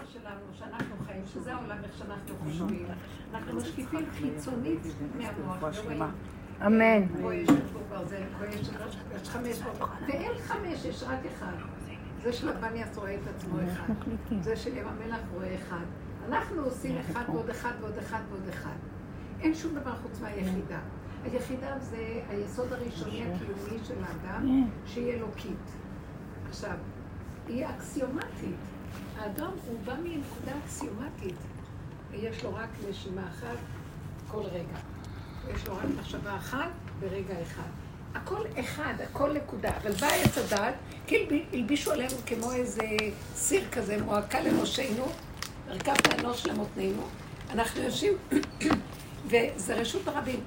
שלנו, שאנחנו חיים, שזה העולם איך שאנחנו חושבים. אנחנו משקיפים חיצונית מהמוח, ורואים. אמן. פה יש פה ברזל, פה יש 5, ואין 5, יש רק אחד. זה של הבניאס רואה את עצמו אחד. זה של ים המלח רואה אחד. אנחנו עושים אחד ועוד אחד ועוד אחד ועוד אחד. אין שום דבר חוץ מהיחידה. היחידה זה היסוד הראשוני הקיומי של האדם, שהיא אלוקית. עכשיו, היא אקסיומטית. האדם הוא בא מנקודה אקסיומטית. יש לו רק נשימה אחת כל רגע. יש לו רק מחשבה אחת ברגע אחד. הכל אחד, הכל נקודה. אבל בא עץ הדעת, כאילו הלבישו עלינו כמו איזה סיר כזה, מועקה לראשנו, הרכב לאנוש למותנינו. אנחנו יושבים, וזה רשות הרבים,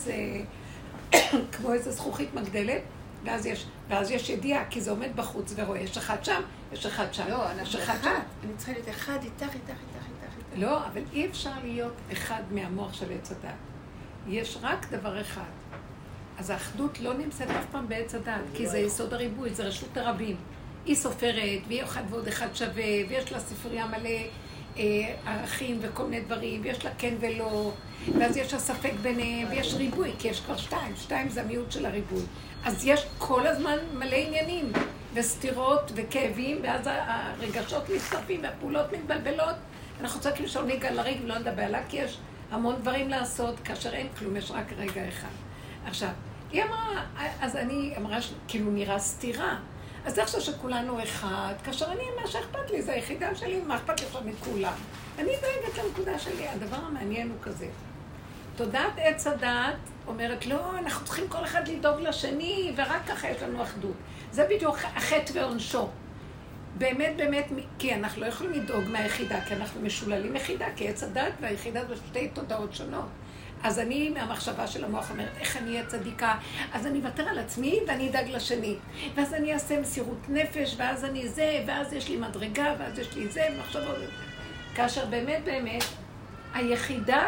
כמו איזה זכוכית מגדלת, ואז יש ידיעה, כי זה עומד בחוץ ורואה, יש אחד שם, יש אחד שם, לא, יש אחד שם. אני צריכה להיות אחד, איתך. לא, אבל אי אפשר להיות אחד מהמוח של עץ הדעת. יש רק דבר אחד. אז האחדות לא נמצאת אף פעם בעץ הדעת, כי זה יסוד הריבוי, זה רשות הרבים. היא סופרת, והיא אחד ועוד אחד שווה, ויש לה ספרייה מלא ערכים וכל מיני דברים, ויש לה כן ולא, ואז יש הספק ביניהם, ויש ריבוי, כי יש כבר שתיים זה המיעוט של הריבוי. אז יש כל הזמן מלא עניינים, וסתירות וכאבים, ואז הרגשות מצטרפים והפעולות מתבלבלות. אנחנו צועקים שעוני גל לריג ולא נדבר עליו, כי יש המון דברים לעשות, כאשר אין כלום, יש רק רגע אחד. עכשיו, היא אמרה, אז אני אמרה, כאילו נראה סתירה. אז זה עכשיו שכולנו אחד, כאשר אני, מה שאכפת לי, זה היחידה שלי, מה אכפת לי עכשיו מכולם. אני דואגת לנקודה שלי, הדבר המעניין הוא כזה. תודעת עץ הדעת אומרת, לא, אנחנו צריכים כל אחד לדאוג לשני, ורק ככה יש לנו אחדות. זה בדיוק החטא ועונשו. באמת, כי אנחנו לא יכולים לדאוג מהיחידה, כי אנחנו משוללים יחידה, כי עץ הדעת והיחידה זה שתי תודעות שונות. אז אני, מהמחשבה של המוח אומרת, איך אני אהיה צדיקה? אז אני אוותר על עצמי ואני אדאג לשני. ואז אני אעשה מסירות נפש, ואז אני זה, ואז יש לי מדרגה, ואז יש לי זה, ומחשבות. כאשר באמת, היחידה...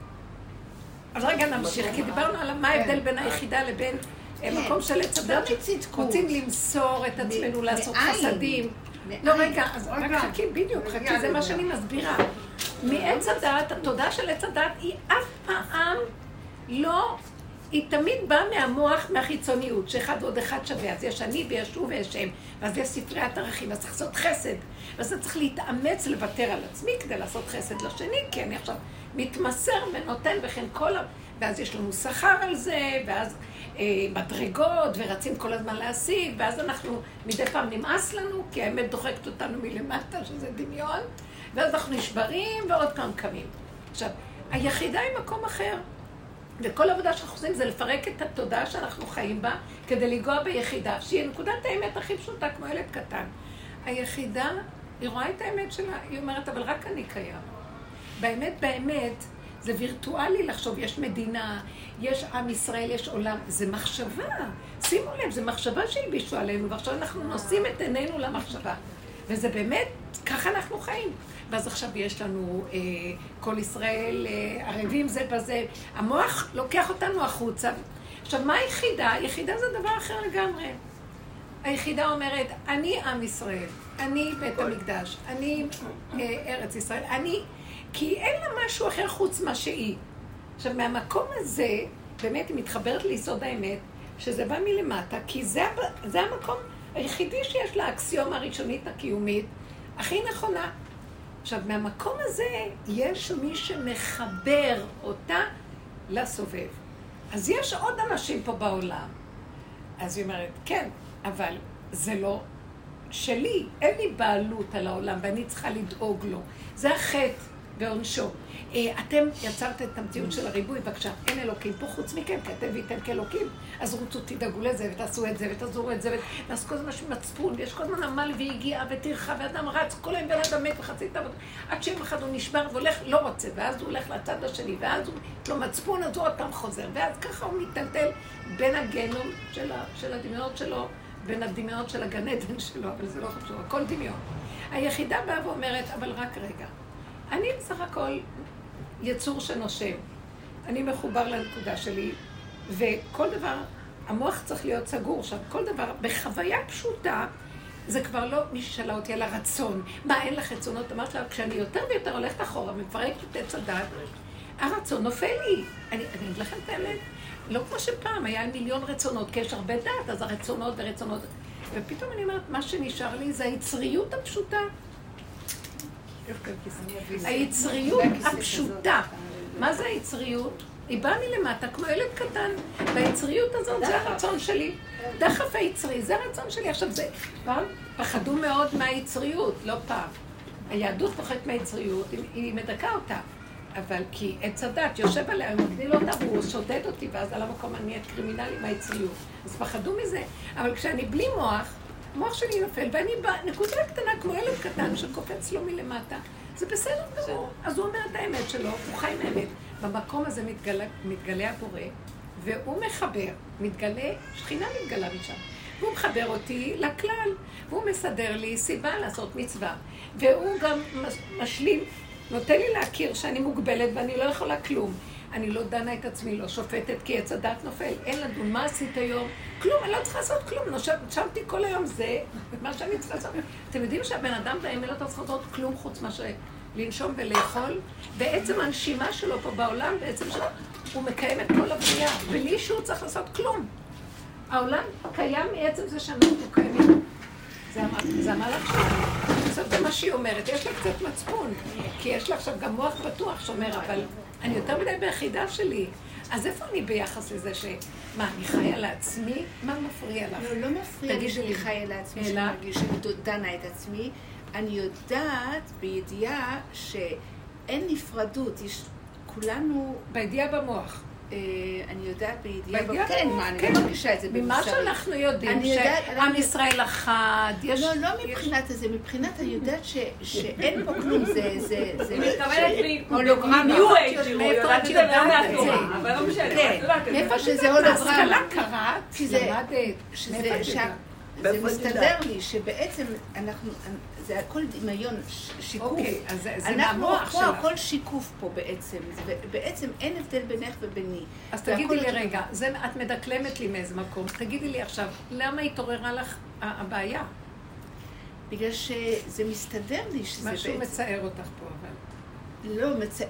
אז רגע נמשיך, כי דיברנו על מה ההבדל בין היחידה לבין מקום של עץ הדעת. רוצים למסור את עצמנו, לעשות חסדים. לא, רגע, אז רק חכי, בדיוק, חכי, זה מה שאני מסבירה. מעץ הדעת, התודעה של עץ הדעת היא אף פעם לא, היא תמיד באה מהמוח, מהחיצוניות, שאחד ועוד אחד שווה. אז יש אני ויש הוא ויש הם, ואז יש ספריית ערכים, אז צריך לעשות חסד. ואז צריך להתאמץ לוותר על עצמי כדי לעשות חסד לשני, כי אני עכשיו מתמסר ונותן וכן כל... ואז יש לנו שכר על זה, ואז מדרגות, ורצים כל הזמן להשיג, ואז אנחנו מדי פעם נמאס לנו, כי האמת דוחקת אותנו מלמטה, שזה דמיון, ואז אנחנו נשברים ועוד פעם קמים. עכשיו, היחידה היא מקום אחר, וכל עבודה שאנחנו עושים זה לפרק את התודעה שאנחנו חיים בה, כדי לגוע ביחידה, שהיא נקודת האמת הכי פשוטה, כמו ילד קטן. היחידה, היא רואה את האמת שלה, היא אומרת, אבל רק אני קיים. באמת, זה וירטואלי לחשוב, יש מדינה, יש עם ישראל, יש עולם, זה מחשבה. שימו לב, זה מחשבה שהלבישו עלינו, ועכשיו אנחנו נושאים את עינינו למחשבה. וזה באמת, ככה אנחנו חיים. ואז עכשיו יש לנו כל ישראל, ערבים זה בזה. המוח לוקח אותנו החוצה. עכשיו, מה היחידה? היחידה זה דבר אחר לגמרי. היחידה אומרת, אני עם ישראל, אני בית המקדש, אני ארץ ישראל, אני... כי אין לה משהו אחר חוץ מה שהיא. עכשיו, מהמקום הזה, באמת היא מתחברת ליסוד האמת, שזה בא מלמטה, כי זה המקום היחידי שיש לה האקסיומה הראשונית הקיומית, הכי נכונה. עכשיו, מהמקום הזה, יש מי שמחבר אותה לסובב. אז יש עוד אנשים פה בעולם. אז היא אומרת, כן, אבל זה לא שלי, אין לי בעלות על העולם, ואני צריכה לדאוג לו. זה החטא. ועונשו. אתם יצרתם את המציאות של הריבוי, בבקשה, אין אלוקים פה חוץ מכם, כי אתם ואיתם כאלוקים, אז רוצו, תדאגו לזה, ותעשו את זה, ותעזרו את זה, ואז כל הזמן שמצפון, ויש כל הזמן עמל והגיעה וטרחה, ואדם רץ, כל היום בן אדם מת וחצי תעבוד, עד שיום אחד הוא נשבר והולך, לא רוצה, ואז הוא הולך לצד השני, ואז הוא לא מצפון, אז הוא עוד פעם חוזר, ואז ככה הוא מתטלטל בין הגנום של הדמיונות שלו, בין הדמיונות של הגן עדן שלו, אבל זה לא חשוב, הכל דמיון. היחידה באה ואומרת, אבל רק רגע. אני בסך הכל יצור שנושם. אני מחובר לנקודה שלי, וכל דבר, המוח צריך להיות סגור. עכשיו, כל דבר, בחוויה פשוטה, זה כבר לא מי ששאלה אותי על הרצון. מה, אין לך רצונות? אמרת לה, כשאני יותר ויותר הולכת אחורה ומפרקת את עץ הדת, הרצון נופל לי. אני אגיד לכם את האמת, לא כמו שפעם, היה מיליון רצונות, כי יש הרבה דת, אז הרצונות ורצונות. ופתאום אני אומרת, מה שנשאר לי זה היצריות הפשוטה. היצריות הפשוטה. מה זה היצריות? היא באה מלמטה כמו ילד קטן, והיצריות הזאת זה הרצון שלי. דחף היצרי, זה הרצון שלי. עכשיו זה, פעם פחדו מאוד מהיצריות, לא פעם. היהדות פוחדת מהיצריות, היא מדכא אותה. אבל כי עץ הדת יושב עליה, הוא מגדיל אותה והוא שודד אותי, ואז על המקום אני נהיית קרימינלי מהיצריות. אז פחדו מזה. אבל כשאני בלי מוח, המוח שלי נופל, ואני בנקודה קטנה כמו ילד קטן שקופץ לו מלמטה. זה בסדר גמור. אז הוא אומר את האמת שלו, הוא חי מהאמת. במקום הזה מתגלה הבורא, והוא מחבר, שכינה מתגלה משם. והוא מחבר אותי לכלל, והוא מסדר לי סיבה לעשות מצווה. והוא גם משלים, נותן לי להכיר שאני מוגבלת ואני לא יכולה כלום. אני לא דנה את עצמי, לא שופטת, כי עץ הדת נופל. אין לדון, מה עשית היום? כלום, אני לא צריכה לעשות כלום. נשמתי כל היום, זה מה שאני צריכה לעשות. אתם יודעים שהבן אדם באמת לא צריך לעשות כלום חוץ מה לנשום ולאכול, בעצם הנשימה שלו פה בעולם, בעצם הוא מקיים את כל הבריאה, בלי שהוא צריך לעשות כלום. העולם קיים מעצם זה שאנחנו קיימים. זה המהלך שלנו. עכשיו זה מה שהיא אומרת, יש לה קצת מצפון, כי יש לה עכשיו גם מוח פתוח שאומר, אבל אני יותר מדי ביחידה שלי. אז איפה אני ביחס לזה מה, אני חיה לעצמי? מה מפריע לך? לא מפריע לי שאני חיה לעצמי, שאני מרגישה דנה את עצמי. אני יודעת בידיעה שאין נפרדות, יש כולנו... בידיעה במוח. אני יודעת בידיעה במוח. כן, מה, אני מרגישה את זה בבשרי. ממה שאנחנו יודעים, שעם ישראל אחד, יש... לא מבחינת זה, מבחינת אני יודעת שאין פה כלום, זה... היא מתכוונת הולוגרמה. מאיפה את יודעת את זה? אבל לא משנה, את יודעת את זה. מאיפה שזה הולוגרמה. השכלה קראת, למדת. זה מסתדר לי שבעצם אנחנו, זה הכל דמיון, שיקוף. אוקיי, אז זה מהמוח שלך. אנחנו הכל שיקוף פה בעצם, בעצם אין הבדל בינך וביני. אז תגידי לי רגע, את מדקלמת לי מאיזה מקום, תגידי לי עכשיו, למה התעוררה לך הבעיה? בגלל שזה מסתדר לי שזה משהו מצער אותך פה, אבל... לא,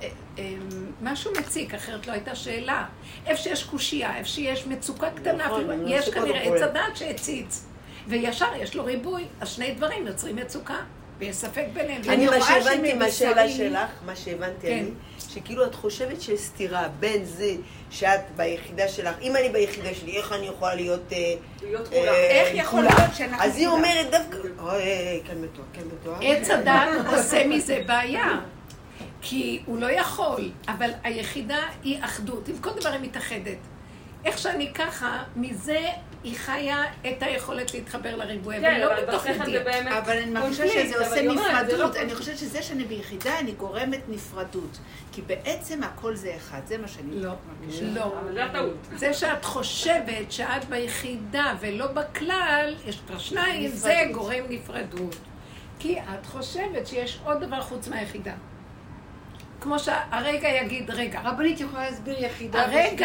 משהו מציק, אחרת לא הייתה שאלה. איפה שיש קושייה, איפה שיש מצוקה קטנה, יש כנראה עץ הדעת שהציץ. וישר יש לו ריבוי, אז שני דברים יוצרים מצוקה, ויש ספק ביניהם. אני מה שהבנתי מהשאלה שלך, מה שהבנתי אני, שכאילו את חושבת שיש סתירה בין זה שאת ביחידה שלך, אם אני ביחידה שלי, איך אני יכולה להיות איך יכול להיות שאנחנו... אז היא אומרת דווקא, כאן מתואר. עץ הדעת עושה מזה בעיה, כי הוא לא יכול, אבל היחידה היא אחדות, עם כל דבר היא מתאחדת. איך שאני ככה, מזה היא חיה את היכולת להתחבר לריבוי, אבל לא בתוך ידי. אבל אני מרגישה שזה עושה נפרדות. אני חושבת שזה שאני ביחידה, אני גורמת נפרדות. כי בעצם הכל זה אחד, זה מה שאני מרגישה. לא, אבל זה הטעות. זה שאת חושבת שאת ביחידה ולא בכלל, יש כבר שניים, זה גורם נפרדות. כי את חושבת שיש עוד דבר חוץ מהיחידה. כמו שהרגע יגיד, רגע. רבנית יכולה להסביר יחידה.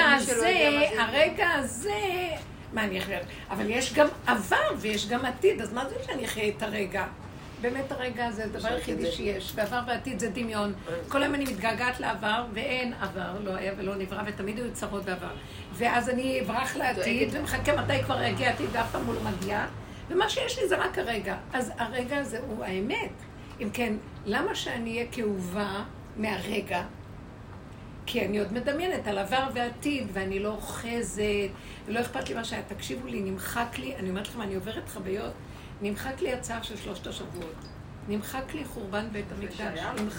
הרגע הזה, מה אני אחיה? אבל יש גם עבר ויש גם עתיד, אז מה זה שאני אחיה את הרגע? באמת הרגע הזה, הדבר היחידי שיש, ועבר ועתיד זה דמיון. כל היום אני מתגעגעת לעבר, ואין עבר, לא היה ולא נברא, ותמיד היו צרות בעבר. ואז אני אברח לעתיד, ומחכה מתי כבר יגיע עתיד, ואף פעם הוא לא מגיע. ומה שיש לי זה רק הרגע. אז הרגע הזה הוא האמת. אם כן, למה שאני אהיה כאובה מהרגע? כי אני עוד מדמיינת על עבר ועתיד, ואני לא אוחזת, ולא אכפת לי מה שהיה. תקשיבו לי, נמחק לי, אני אומרת לכם, אני עוברת חוויות, נמחק לי הצער של 3 השבועות. נמחק לי חורבן בית המקדש.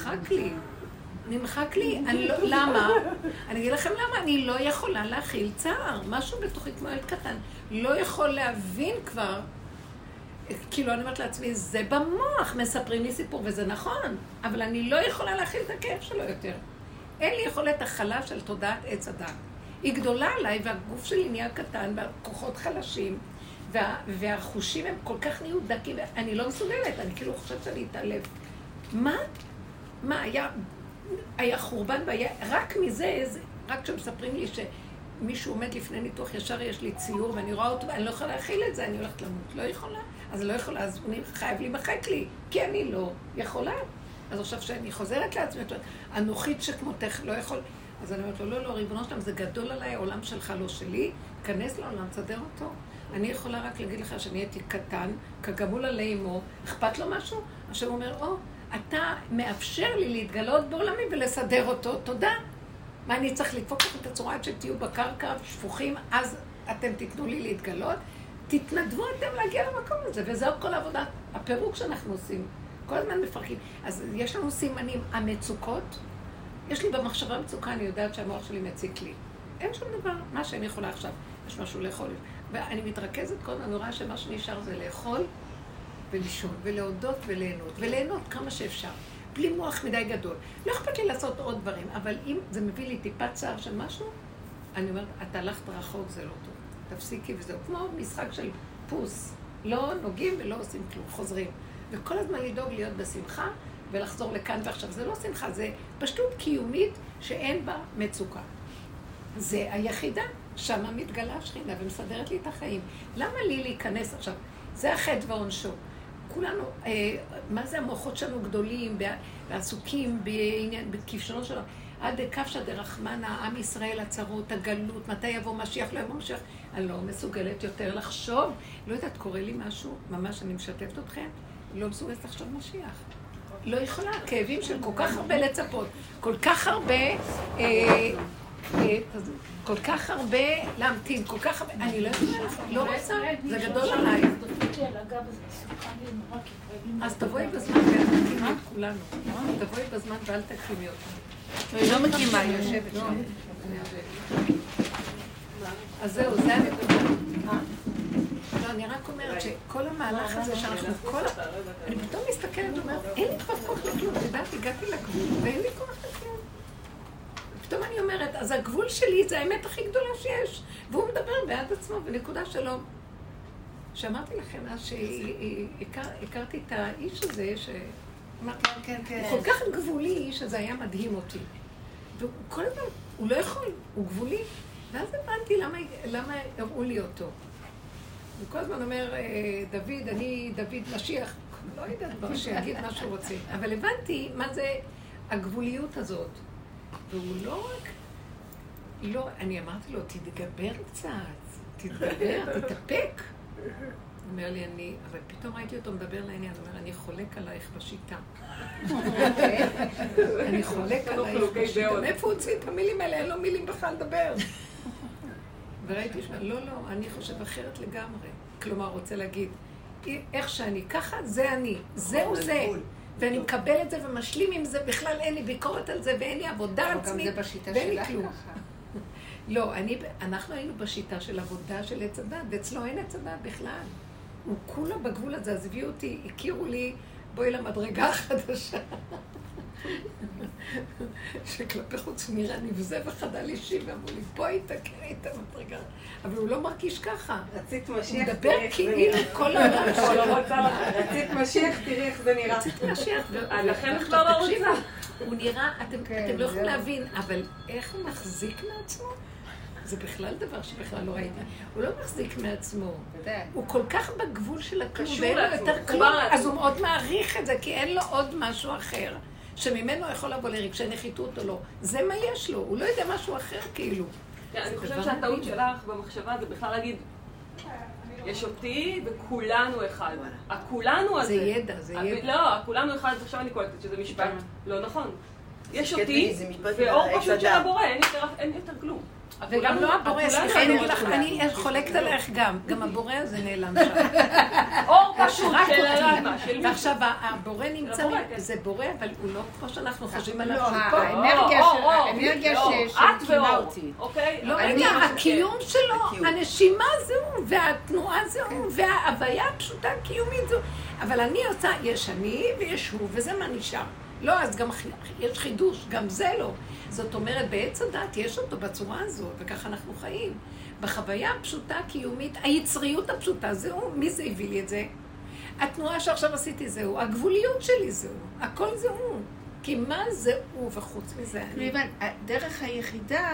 נמחק לי. למה? אני אגיד לכם למה, אני לא יכולה להכיל צער. משהו בתוכי כמו ילד קטן. לא יכול להבין כבר. כאילו אני אומרת לעצמי, זה במוח, מספרים לי סיפור, וזה נכון. אבל אני לא יכולה להכיל את הכאב שלו יותר. אין לי יכולת הכלה של תודעת עץ הדת. היא גדולה עליי, והגוף שלי נהיה קטן, והכוחות חלשים, והחושים הם כל כך נהיו דקים, אני לא מסוגלת, אני כאילו חושבת שאני אתעלב. מה? היה חורבן, רק מזה, רק כשמספרים לי שמישהו עומד לפני ניתוח, ישר יש לי ציור, ואני רואה אותו, אני לא יכולה להכיל את זה, אני הולכת למות, לא יכולה. אז אני לא יכולה, אז הוא חייב להימחק לי, כי אני לא יכולה. אז עכשיו שאני חוזרת לעצמי, אנוכית שכמותך לא יכול... אז אני אומרת לו, לא, ריבונו שלם, זה גדול עליי, העולם שלך לא שלי, כנס לעולם, תסדר אותו. אני יכולה רק להגיד לך שאני הייתי קטן, כגמול עלי אמו, אכפת לו משהו? עכשיו הוא אומר, אתה מאפשר לי להתגלות בעולמי ולסדר אותו, תודה. מה, אני צריך לדפוק לכם את הצורה עד שתהיו בקרקע, שפוכים, אז אתם תיתנו לי להתגלות? תתנדבו אתם להגיע למקום הזה, וזהו כל העבודה, הפירוק שאנחנו עושים. כל הזמן מפרקים. אז יש לנו סימנים, המצוקות, יש לי במחשבה מצוקה, אני יודעת שהמוח שלי מציק לי. אין שום דבר, מה שאני יכולה עכשיו, יש משהו לאכול. ואני מתרכזת כל הזמן, אני רואה שמה שנשאר זה לאכול ולישון, ולהודות וליהנות, וליהנות כמה שאפשר. בלי מוח מדי גדול. לא אכפת לי לעשות עוד דברים, אבל אם זה מביא לי טיפת צער של משהו, אני אומרת, אתה הלכת רחוק, זה לא טוב. תפסיקי וזהו. כמו משחק של פוס. לא נוגעים ולא עושים כלום, חוזרים. וכל הזמן לדאוג להיות בשמחה ולחזור לכאן ועכשיו. זה לא שמחה, זה פשטות קיומית שאין בה מצוקה. זה היחידה, שמה מתגלה השכינה ומסדרת לי את החיים. למה לי להיכנס עכשיו? זה החטא ועונשו. כולנו, מה זה המוחות שלנו גדולים ועסוקים בכבשונו שלנו? עד קפשא דרחמנא, עם ישראל הצרות, הגלות, מתי יבוא משיח, לא יבוא משיח. אני לא מסוגלת יותר לחשוב. לא יודעת, קורה לי משהו, ממש אני משתפת אתכם, לא מסוגלת לחשוב משיח. לא יכולה, כאבים של כל כך הרבה לצפות, כל כך הרבה להמתין, כל כך הרבה, אני לא יכולה, לא רוצה, זה גדול עליי. אז תבואי בזמן ואל תקימי את כולנו. תבואי בזמן ואל תקימי אותנו. היא לא מקימה, היא יושבת שם. אז זהו, זה הנקודה. לא, אני רק אומרת שכל המהלך הזה שאנחנו אני פתאום מסתכלת ואומרת, אין לי כבר כוח לכלום, יודעת, הגעתי לגבול ואין לי כוח לכלום. פתאום אני אומרת, אז הגבול שלי זה האמת הכי גדולה שיש, והוא מדבר בעד עצמו, ונקודה שלו. שאמרתי לכם אז שהכרתי את האיש הזה, הוא כל כך גבולי שזה היה מדהים אותי. והוא כל הזמן, הוא לא יכול, הוא גבולי. ואז הבנתי למה הראו לי אותו. וכל הזמן אומר, דוד, אני דוד משיח, לא יודעת כבר שיגיד מה שהוא רוצה. אבל הבנתי מה זה הגבוליות הזאת. והוא לא רק, לא, אני אמרתי לו, תתגבר קצת, תתגבר, תתאפק. הוא אומר לי, אבל פתאום ראיתי אותו מדבר לעניין, הוא אומר, אני חולק עלייך בשיטה. אני חולק עלייך בשיטה. מאיפה הוא הוציא את המילים האלה? אין לו מילים בכלל לדבר. וראיתי לא, אני חושב אחרת לגמרי. כלומר, רוצה להגיד, איך שאני ככה, זה אני, זהו זה. ואני מקבל את זה ומשלים עם זה, בכלל אין לי ביקורת על זה, ואין לי עבודה עצמית, ואין לי כלום. לא, אנחנו היינו בשיטה של עבודה של עץ הדת, ואצלו אין עץ הדת בכלל. הוא כולה בגבול הזה, אז הביאו אותי, הכירו לי, בואי למדרגה החדשה. שכלפי חוץ נראה נבזה וחדל אישי, ואמרו לי, בואי תקראי את המדרגה. אבל הוא לא מרגיש ככה. רצית משיח, הוא מדבר כאילו כל העולם שלו. רצית משיח, תראי איך זה נראה. רצית משיח, לכן כבר לא רוצה. הוא נראה, אתם לא יכולים להבין, אבל איך הוא מחזיק מעצמו? זה בכלל דבר שבכלל לא ראיתי. הוא לא מחזיק מעצמו. הוא כל כך בגבול של הכלום, ואין לו יותר כלום, אז הוא מאוד מעריך את זה, כי אין לו עוד משהו אחר. שממנו יכול לבוא לרגשי נחיתות או לא. זה מה יש לו, הוא לא יודע משהו אחר כאילו. אני חושבת שהטעות שלך במחשבה זה בכלל להגיד, יש אותי וכולנו אחד. הכולנו הזה. זה ידע, זה ידע. לא, הכולנו אחד, עכשיו אני קולטת שזה משפט לא נכון. יש אותי ואור פשוט של הבורא, אין יותר כלום. וגם לא הבורא, סליחה, אני חולקת עליך גם הבורא הזה נעלם שם. אור פשוט של הרמה, של מישהו. ועכשיו הבורא נמצא, זה בורא, אבל הוא לא כמו שאנחנו חושבים עליו שהוא פה. האנרגיה שמקימה אותי. לא, רגע, הקיום שלו, הנשימה זהו, והתנועה זהו, וההוויה הפשוטה הקיומית זהו. אבל אני עושה, יש אני ויש הוא, וזה מה נשאר. לא, אז גם יש חידוש, גם זה לא. זאת אומרת, בעץ הדת יש אותו בצורה הזאת, וככה אנחנו חיים. בחוויה הפשוטה, קיומית, היצריות הפשוטה, זהו, מי זה הביא לי את זה? התנועה שעכשיו עשיתי זהו, הגבוליות שלי זהו, הכל זהו. כי מה זהו וחוץ מזה? הדרך היחידה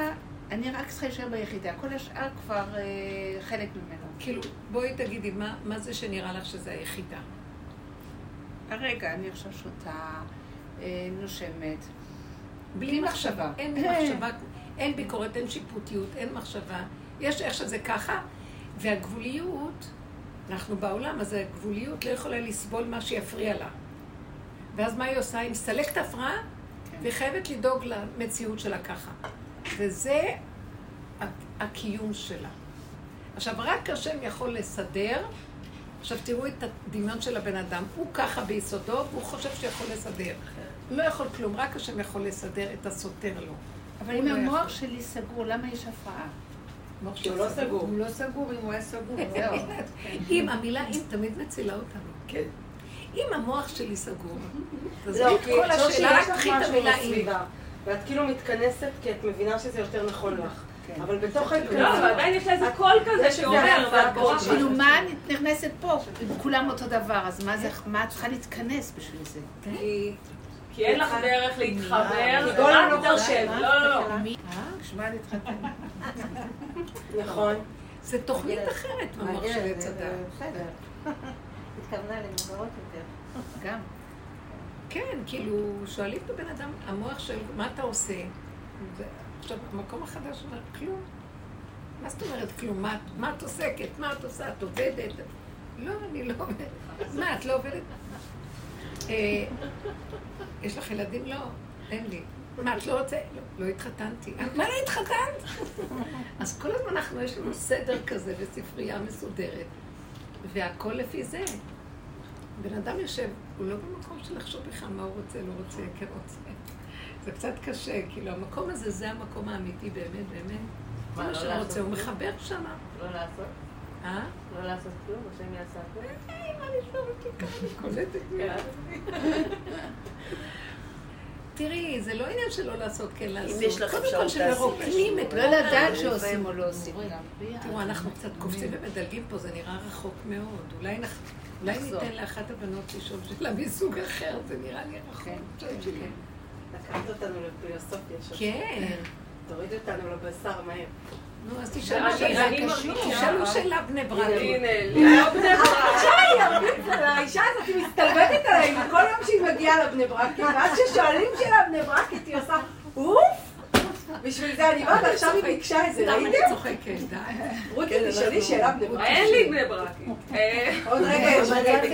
אני רק צריכה להישאר ביחידה, כל השאר כבר חלק ממנו. כאילו, בואי תגידי, מה זה שנראה לך שזה היחידה? הרגע, אני עכשיו שותה, נושמת. בלי מחשבה. אין מחשבה, אין ביקורת, אין שיפוטיות, אין מחשבה. יש איך שזה ככה, והגבוליות, אנחנו בעולם, אז הגבוליות לא יכולה לסבול מה שיפריע לה. ואז מה היא עושה? היא מסלקת הפרעה, והיא חייבת לדאוג למציאות שלה ככה. וזה הקיום שלה. עכשיו, רק השם יכול לסדר. עכשיו, תראו את הדמיון של הבן אדם. הוא ככה ביסודו, והוא חושב שיכול לסדר. לא יכול כלום, רק השם יכול לסדר את הסותר לו. אבל אם המוח שלי סגור, למה יש הפרעה? כי הוא לא סגור. הוא לא סגור, אם הוא היה סגור, זהו. אם המילה אם תמיד מצילה אותנו. כן. אם המוח שלי סגור, לא, כי כל השאלה, רק קחי את המילה אם. ואת כאילו מתכנסת כי את מבינה שזה יותר נכון לך. אבל בתוך ההתכנסות... לא, אבל עדיין יש לה איזה קול כזה שאומר, ואת בורחת. כאילו, מה נכנסת פה? כולם אותו דבר, אז מה את צריכה להתכנס בשביל זה? כי אין לך דרך להתחבר, רק תרשם. לא. כשמה להתחתן. נכון. זה תוכנית אחרת במוח של עץ הדת. בסדר. התכוונה למבוגרות יותר. גם. כן, כאילו, שואלים את הבן אדם, המוח של מה אתה עושה? עכשיו, המקום החדש אומר, כלום. מה זאת אומרת כלום? מה את עוסקת? מה את עושה? את עובדת? לא, אני לא עובדת. מה, את לא עובדת? יש לך ילדים? לא, אין לי. מה, את לא רוצה? לא התחתנתי. מה לא התחתנת? אז כל הזמן יש לנו סדר כזה וספרייה מסודרת. והכל לפי זה. בן אדם יושב, הוא לא במקום של לחשוב בכלל מה הוא רוצה, לא רוצה, כן רוצה. זה קצת קשה, כאילו המקום הזה זה המקום האמיתי באמת, באמת. מה לא שהוא רוצה, הוא מחבר שם. לא לעשות? לא לעשות כלום, השם יעשה כלום? מה לשמור אותי כאן, אני קולטת. תראי, זה לא עניין שלא לעשות, כן לעשות. אם יש לך אפשרות שמרוקנים את לא לדעת שעושים או לא עושים. תראו, אנחנו קצת קופצים ומדלגים פה, זה נראה רחוק מאוד. אולי ניתן לאחת הבנות לשאול שאלה מסוג אחר, זה נראה לי רחוק. לקחת אותנו לפילוסופיה שלך. כן. תוריד אותנו לבשר מהר. נו, אז תשאלו שאלה בני ברק. הנה, לא בני ברק. האישה הזאת היא מסתלבטת עליי, כל יום שהיא מגיעה לבני ברק, ואז ששואלים שאלה בני ברק, היא עושה אוף! בשביל זה אני באה, ועכשיו היא ביקשה את זה, סתם אני ראיתם? צוחקת, די. רותי, תשאלי שאלה בני ברק. אין לי בני ברקית. עוד רגע יש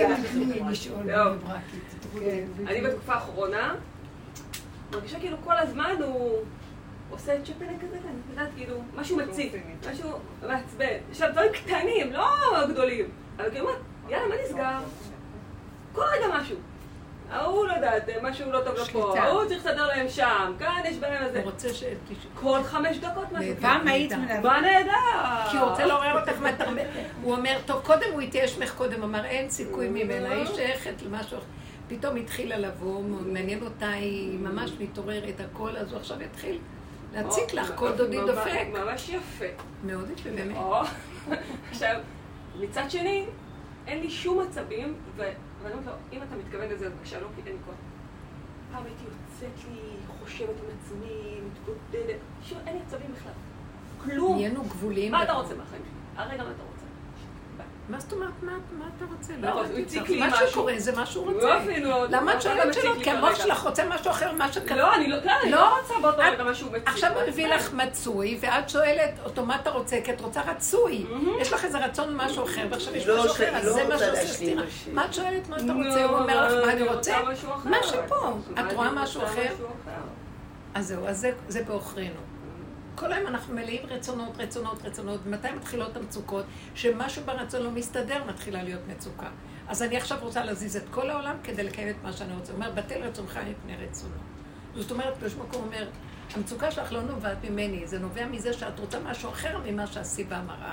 אני בתקופה האחרונה מרגישה כאילו כל הזמן הוא עושה צ'פנה כזה, אני יודעת, כאילו, משהו מציף, משהו מעצבן. עכשיו, דברים קטנים, לא גדולים. אבל כאילו, יאללה, מה נסגר? כל רגע משהו. ההוא לא יודעת, משהו לא טוב לו פה, ההוא צריך לסדר להם שם, כאן יש בהם איזה... הוא רוצה כל 5 דקות משהו. פעם היית מלווה. מה נהדר? כי הוא רוצה לעורר אותך מהתרבה. הוא אומר, טוב, קודם הוא התייאש ממך קודם, אמר, אין סיכוי ממנה, היא שייכת למשהו אחר. פתאום התחילה לבוא, מעניין אותה, היא ממש מתעוררת הכל, אז הוא עכשיו יתחיל להציק לך, כל דודי דופק. ממש יפה. מאוד יפה, באמת. עכשיו, מצד שני, אין לי שום מצבים, ואני אומרת לו, אם אתה מתכוון לזה, אז בבקשה, לא, כי אין לי כוח. פעם הייתי יוצאת לי, חושבת עם עצמי, מתגודדת, אין לי מצבים בכלל. כלום. נהיינו גבוליים. מה אתה רוצה מהחיים שלי? הרגע מה אתה רוצה? מה זאת אומרת? מה אתה רוצה? לא, הוא הציק לי מה משהו. שקורה זה מה שהוא רוצה. למה את שואלת שלא? כי המוח שלך רוצה משהו אחר ממה שקרה. לא, אני לא רוצה באותו רגע מה שהוא מציק. עכשיו הוא מביא לך מצוי, ואת שואלת אותו מה אתה רוצה, כי את רוצה רצוי. יש לך איזה רצון משהו אחר, ועכשיו יש משהו אחר, אז זה מה שעושה סתירה. מה את שואלת מה אתה רוצה? הוא אומר לך מה אני רוצה? מה שפה. את רואה משהו אחר? אז זהו, אז זה באוכרינו. כל היום אנחנו מלאים רצונות, ומתי מתחילות המצוקות? שמשהו ברצון לא מסתדר, מתחילה להיות מצוקה. אז אני עכשיו רוצה להזיז את כל העולם כדי לקיים את מה שאני רוצה. הוא אומר, בטל רצונך מפני רצונו. זאת אומרת, באיזשהו מקום אומר, המצוקה שלך לא נובעת ממני, זה נובע מזה שאת רוצה משהו אחר ממה שהסיבה מראה.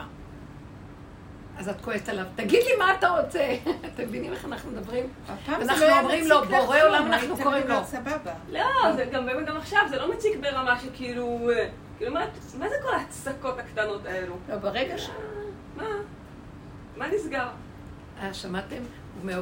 אז את כועסת עליו, תגיד לי מה אתה רוצה. אתם מבינים איך אנחנו מדברים? אנחנו אומרים לו, בורא עולם אנחנו קוראים לו. לא, זה גם באמת גם עכשיו, זה לא מציק ברמה שכאילו... כאילו, מה זה כל ההצקות הקטנות האלו? לא, ברגע ש... מה נסגר? שמעתם? הוא מעורר,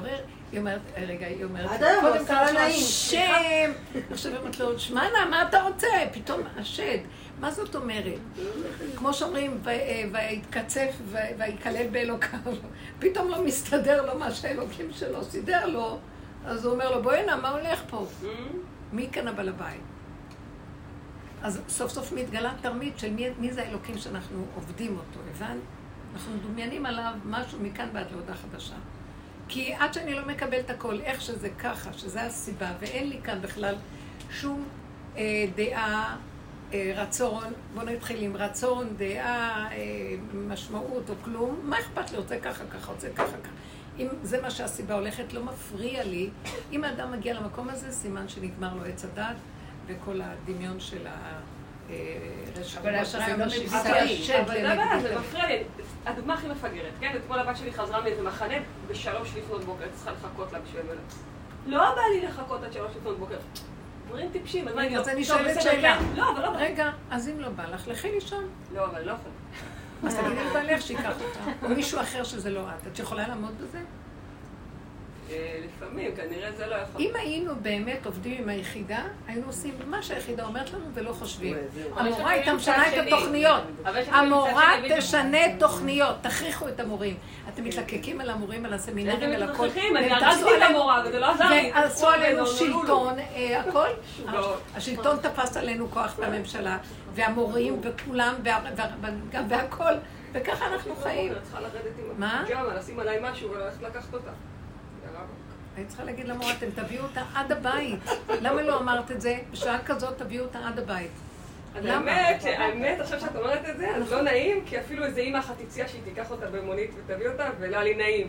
היא אומרת, רגע, היא אומרת, עד היום, קודם עושה לה נעים. השם, עכשיו היא אומרת לו, שמענה, מה אתה רוצה? פתאום השד, מה זאת אומרת? כמו שאומרים, והתקצף ויקלל באלוקיו, פתאום לא מסתדר לו מה שהאלוקים שלו סידר לו, אז הוא אומר לו, בואי הנה, מה הולך פה? מי כאן הבעל הבית? אז סוף סוף מתגלה תרמית של מי זה האלוקים שאנחנו עובדים אותו, הבן? אנחנו מדומיינים עליו משהו מכאן ועד להודעה חדשה. כי עד שאני לא מקבל את הכל, איך שזה ככה, שזה הסיבה, ואין לי כאן בכלל שום דעה, רצון, בוא נתחיל עם רצון, דעה, משמעות או כלום, מה אכפת לי? רוצה ככה, ככה, רוצה ככה, ככה. אם זה מה שהסיבה הולכת, לא מפריע לי. אם האדם מגיע למקום הזה, סימן שנגמר לו עץ הדת, וכל הדמיון של הרשת. אבל השם לא מביא. אבל זה מפריע לי. הדוגמה הכי מפגרת, כן? אתמול הבת שלי חזרה מאיזה מחנה ב3 לפנות בוקר, צריכה לחכות לה בשביל מלא. לא בא לי לחכות עד 3 לפנות בוקר. דברים טיפשים, אז מה אני לא... אז אני שואלת שאלה. לא, אבל לא בא. רגע, אז אם לא בא לך, לכי לישון. לא, אבל לא יכול. אז תגידי לבעלך שיקח אותה. או מישהו אחר שזה לא את. את יכולה לעמוד בזה? לפעמים, כנראה זה לא יכול. אם היינו באמת עובדים עם היחידה, היינו עושים מה שהיחידה אומרת לנו ולא חושבים. המורה הייתה משנה את התוכניות. המורה תשנה תוכניות. תכריחו את המורים. אתם מתלקקים על המורים, על הסמינרים, על הכל. אני הרגתי את המורה, וזה לא עזר לי. ועשו עלינו שלטון, הכל. השלטון תפס עלינו כוח בממשלה, והמורים וכולם, והכל. וככה אנחנו חיים. אני צריכה לרדת עם מה? הפיג'מה, לשים עליי משהו וללכת לקחת אותה. אני צריכה להגיד למורה, אתם תביאו אותה עד הבית. למה לא אמרת את זה? בשעה כזאת תביאו אותה עד הבית. האמת, עכשיו שאת אומרת את זה, אז לא נעים, כי אפילו איזה אימא חתיציה שהיא תיקח אותה במונית ותביא אותה, ולא לי נעים.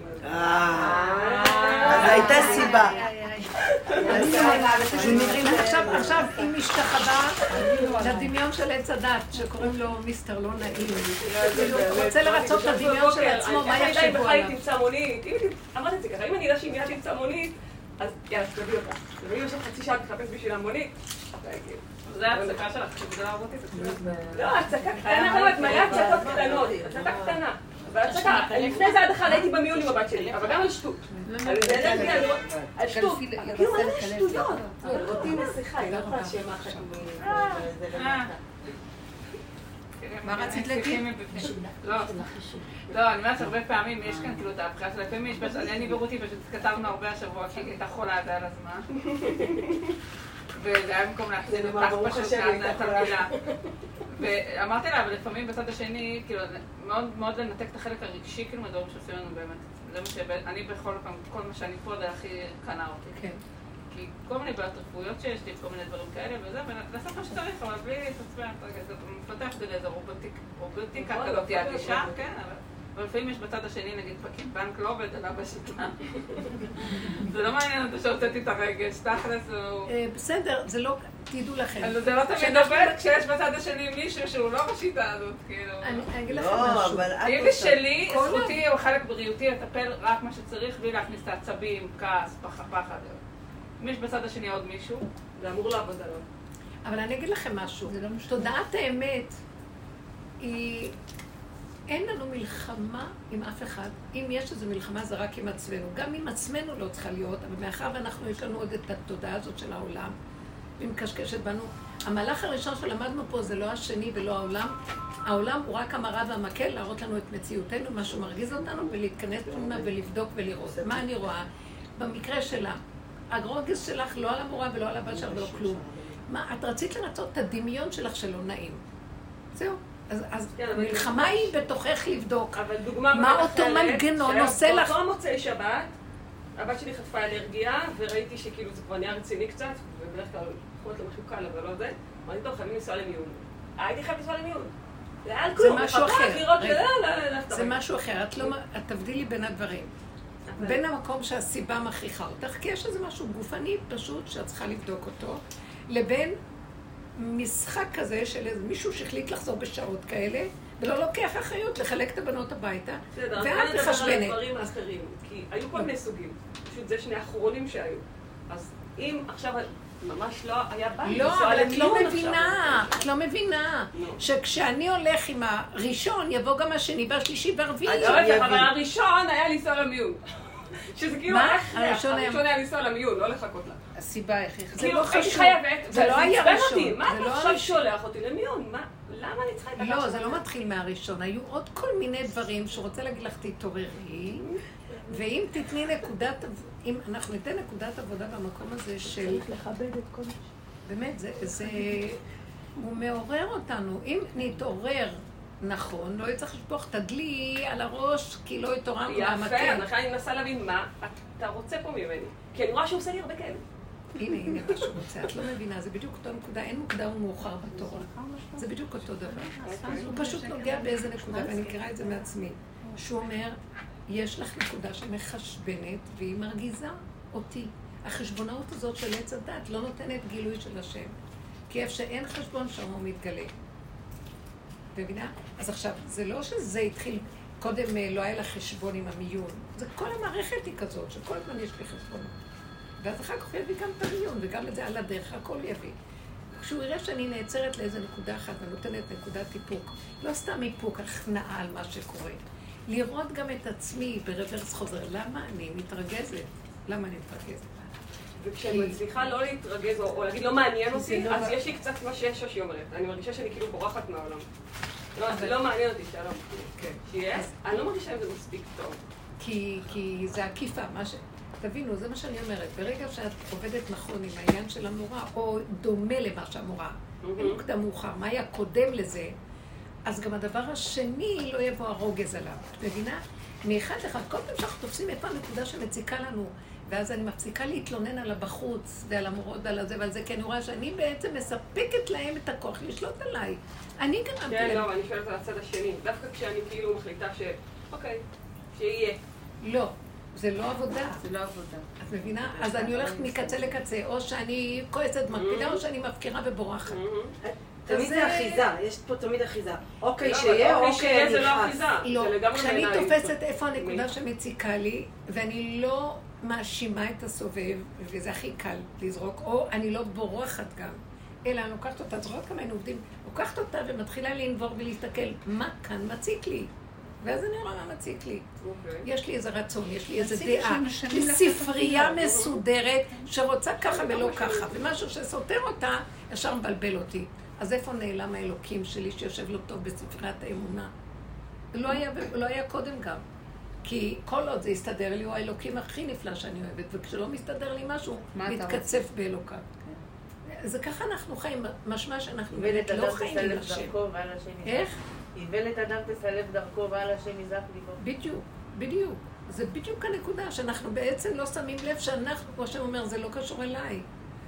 אז הייתה סיבה. עכשיו, אם משתחווה לדמיון של עץ הדת, שקוראים לו מיסטר לא נעים, הוא רוצה לרצות את הדמיון של עצמו, מה יחשבו עליו? עליו? אם תמצא מונית, אמרתי את זה ככה, אם אני יודע שהיא מיד תמצא מונית, אז יאללה, תביא אותה. ואם יש לך חצי שעה תחפש בשביל המונית, זה ההצדקה שלך, שזה לא עבודית. לא, הצדקה קטנה, מלא הצדקות קטנות, הצדקה קטנה. אבל הצדקה, לפני זה עד אחד הייתי במיון עם הבת שלי, אבל גם על שטות. על שטות, כאילו מה זה שטויות? אותי נסיכה, היא לא יכולה שיהיה מאחת מה רצית להגיד? לא, אני אומרת הרבה פעמים, יש כאן כאילו את הבחירה של לפעמים, אני ורותי פשוט כתבנו הרבה השבוע, כי הייתה חולה עד על הזמן. וזה היה במקום להחזיר אותך פשוט כזה תרגילה. ואמרתי לה, אבל לפעמים בצד השני, כאילו, מאוד לנתק את החלק הרגשי, כאילו, מהדברים שעושים לנו באמת. זה מה שאני בכל פעם, כל מה שאני פה, זה הכי קנה אותי. כן. כי כל מיני בעיות רפואיות שיש לי, כל מיני דברים כאלה וזה, ולעשות מה שצריך, אבל בלי להתעצבן, זה מפתח את זה לאיזה רובוטיקה כזאת, הגישה, כן, אבל לפעמים יש בצד השני, נגיד, בנק לא עובד, אלא בשיטה. זה לא מעניין אותי שהוצאתי את הרגש, תכלס הוא... בסדר, זה לא... תדעו לכם. זה לא תמיד עובד כשיש בצד השני מישהו שהוא לא בשיטה הזאת, כאילו... אני אגיד לכם משהו. אם בשלי, זכותי או חלק בריאותי לטפל רק מה שצריך, בלי להכניס את העצבים, כעס, פחד. אם יש בצד השני עוד מישהו, זה אמור לעבוד עליו. אבל אני אגיד לכם משהו. תודעת האמת היא... אין לנו מלחמה עם אף אחד. אם יש איזו מלחמה זה רק עם עצמנו. גם עם עצמנו לא צריכה להיות, אבל מאחר ואנחנו יש לנו עוד את התודעה הזאת של העולם, ומקשקשת בנו. המהלך הראשון שלמדנו פה זה לא השני ולא העולם. העולם הוא רק המראה והמקל להראות לנו את מציאותנו, מה שמרגיז אותנו, ולהתכנס פנימה ולבדוק ולראות. מה אני רואה? במקרה שלה, הרוגז שלך לא על המורה ולא על הבת שלך ולא כלום. מה, את רצית לרצות את הדמיון שלך שלא נעים. זהו. אז המלחמה היא בתוכך לבדוק מה אותו מנגנון עושה לך. באותו מוצאי שבת, הבת שלי חטפה אלרגיה, וראיתי שכאילו זה כבר נהיה רציני קצת, ובדרך כלל יכולת למשהו קל, אבל לא זה. אמרתי, טוב, חייבים לנסוע למיון. הייתי חייבת לנסוע למיון. זה משהו אחר. זה משהו אחר. את תבדילי בין הדברים. בין המקום שהסיבה מכריחה אותך, כי יש איזה משהו גופני פשוט שאת צריכה לבדוק אותו, לבין משחק כזה של איזה מישהו שהחליט לחזור בשעות כאלה, ולא לוקח אחריות לחלק את הבנות הביתה, ואת תחשבנת. דברים אחרים, כי היו כל מיני סוגים, פשוט זה שני האחרונים שהיו. אז אם עכשיו ממש לא היה בית, לא, אבל את לא מבינה, את לא מבינה, שכשאני הולך עם הראשון, יבוא גם השני והשלישי והרביעי. אבל הראשון היה לנסוע למיון. שזה כאילו, הראשון היה לנסוע למיון, לא לחכות לה. הסיבה הכי כאילו, הייתי חייבת, זה לא היה ראשון. מה אתה עכשיו שולח אותי למיון? למה אני צריכה להתאגר? לא, זה לא מתחיל מהראשון. היו עוד כל מיני דברים שרוצה להגיד לך, תתעוררי, ואם תתני נקודת, אם אנחנו ניתן נקודת עבודה במקום הזה של... צריך לכבד את כל משהו. באמת, הוא מעורר אותנו. אם נתעורר נכון, לא יצטרך לשפוך את הדלי על הראש, כי לא התעוררנו מהמטה. יפה, לכן אני מנסה להבין מה אתה רוצה פה ממני. כי אני רואה שהוא עושה לי הרבה כאלה. הנה מה שהוא רוצה, את לא מבינה, זה בדיוק אותו נקודה, אין מוקדם ומאוחר בתורה. זה בדיוק אותו דבר. הוא פשוט נוגע באיזה נקודה, ואני מכירה את זה מעצמי. שהוא אומר, יש לך נקודה שמחשבנת, והיא מרגיזה אותי. החשבונאות הזאת של עץ הדת לא נותנת גילוי של השם. כי איפה שאין חשבון שם הוא מתגלה. מבינה? אז עכשיו, זה לא שזה התחיל, קודם לא היה לה חשבון עם המיון. זה כל המערכת היא כזאת, שכל הזמן יש לי חשבונות. ואז אחר כך יביא גם את המיון, וגם את זה על הדרך, הכל יביא. כשהוא יראה שאני נעצרת לאיזה נקודה אחת, ונותנת נקודת איפוק, לא סתם איפוק, הכנעה על מה שקורה. לראות גם את עצמי ברוורס חוזר. למה אני מתרגזת? למה אני מתרגזת? וכשאני מצליחה לא להתרגז, או להגיד לא מעניין אותי, אז יש לי קצת מה שיש שהיא אומרת. אני מרגישה שאני כאילו בורחת מהעולם. זה לא מעניין אותי, שלום. שיש? אני לא מרגישה אם זה מספיק טוב. כי זה עקיפה, תבינו, זה מה שאני אומרת. ברגע שאת עובדת נכון עם העניין של המורה, או דומה למה שהמורה, אין מוקדם מאוחר, מה היה קודם לזה, אז גם הדבר השני לא יבוא הרוגז עליו. את מבינה? מאחד אחד, כל פעם שאנחנו תופסים איפה הנקודה שמציקה לנו, ואז אני מפסיקה להתלונן על הבחוץ ועל המורות ועל הזה ועל זה, כי אני רואה שאני בעצם מספקת להם את הכוח לשלוט עליי. אני גרמתי להם. כן, לא, אני שואלת על הצד השני. דווקא כשאני כאילו מחליטה אוקיי, שיהיה. לא, זה לא עבודה. זה לא עבודה. את מבינה? אז אני הולכת מקצה לקצה, או שאני כועסת מקפידה, או שאני מפקירה ובורחת. תמיד זה אחיזה, יש פה תמיד אחיזה. אוקיי לא, שיהיה, אוקיי אוקיי שיהיה זה לא נכנס. אחיזה. לא, זה לגמרי כשאני בעיניים. תופסת איפה הנקודה שמציקה לי, ואני לא מאשימה את הסובב, וזה הכי קל לזרוק, או אני לא בורחת גם, אלא אני לוקחת אותה, זוכרת כמה היינו עובדים, לוקחת אותה ומתחילה לנבור ולהסתכל, מה כאן מציק לי? ואז אני רואה מה מציק לי. יש לי איזה רצון, יש לי איזה דעה, יש לי ספרייה מסודרת שרוצה ככה ולא ככה, ומשהו שסותר אותה, ישר מבלבל אותי. אז איפה נעלם האלוקים שלי שיושב לו טוב בספריית האמונה? לא היה קודם גם. כי כל עוד זה יסתדר לי, הוא האלוקים הכי נפלא שאני אוהבת, וכשלא מסתדר לי משהו, מתקצף באלוקה. זה ככה אנחנו חיים, משמע שאנחנו באמת לא חיים עם השם. איך? איוולת אדם תסלף דרכו ועל השם יזעק ליבו. בדיוק, בדיוק. זה בדיוק הנקודה שאנחנו בעצם לא שמים לב שאנחנו, כמו שאומר, זה לא קשור אליי.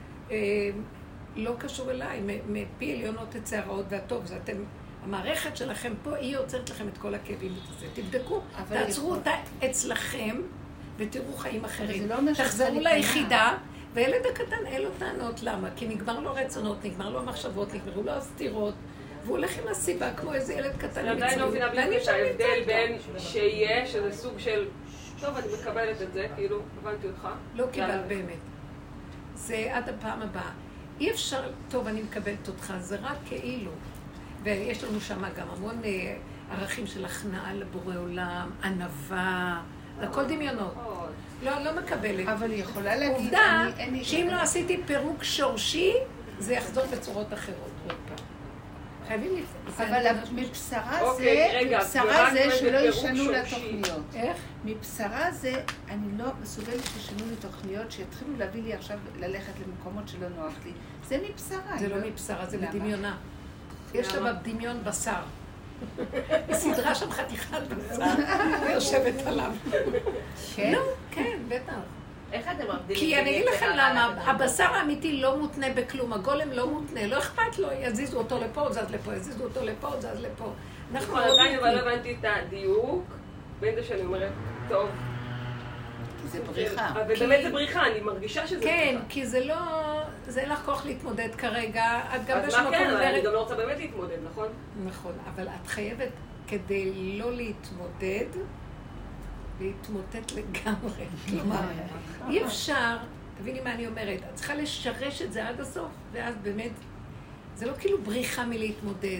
לא קשור אליי. מפי עליונות את הרעות והטוב. זה אתם, המערכת שלכם פה, היא יוצרת לכם את כל הכאבים ואת זה. תבדקו, תעצרו אותה אצלכם ותראו חיים אחרים. תחזרו ליחידה, והילד הקטן אין לו טענות. למה? כי נגמר לו רצונות, נגמר לו המחשבות, נגמרו לו הסתירות. והוא הולך עם הסיבה כמו איזה ילד קטן. אני עדיין לא מבינה בדיוק את ההבדל בין שיהיה, שזה סוג של, טוב, אני מקבלת את זה, כאילו, הבנתי אותך. לא קיבל באמת. זה עד הפעם הבאה. אי אפשר, טוב, אני מקבלת אותך, זה רק כאילו. ויש לנו שם גם המון ערכים של הכנעה לבורא עולם, ענווה, הכל דמיונות. לא מקבלת. אבל היא יכולה להגיד, עובדה, שאם לא עשיתי פירוק שורשי, זה יחזור בצורות אחרות. חייבים אבל מבשרה זה שלא ישנו לתוכניות. איך? מבשרה זה, אני לא מסוגלת ששנו לתוכניות שיתחילו להביא לי עכשיו ללכת למקומות שלא נוח לי. זה מבשרה. זה לא מבשרה, זה בדמיונה. יש לה בדמיון בשר. היא סדרה שם חתיכת בשר ויושבת עליו. כן? לא, כן, בטח. איך אתם מבדילים? כי אני אגיד לכם למה, הבשר האמיתי לא מותנה בכלום, הגולם לא מותנה, לא אכפת לו, יזיזו אותו לפה, הוא זז לפה, יזיזו אותו לפה, הוא זז לפה. נכון, עדיין אבל לא הבנתי את הדיוק, בין זה שאני אומרת, טוב. זה בריחה. אבל באמת זה בריחה, אני מרגישה שזה בריחה. כן, כי זה לא, זה אין לך כוח להתמודד כרגע, את גם אז מה כן, אני גם לא רוצה באמת להתמודד, נכון? נכון, אבל את חייבת כדי לא להתמודד, להתמוטט לגמרי. כלומר, אי אפשר, תביני מה אני אומרת, את צריכה לשרש את זה עד הסוף, ואז באמת, זה לא כאילו בריחה מלהתמודד,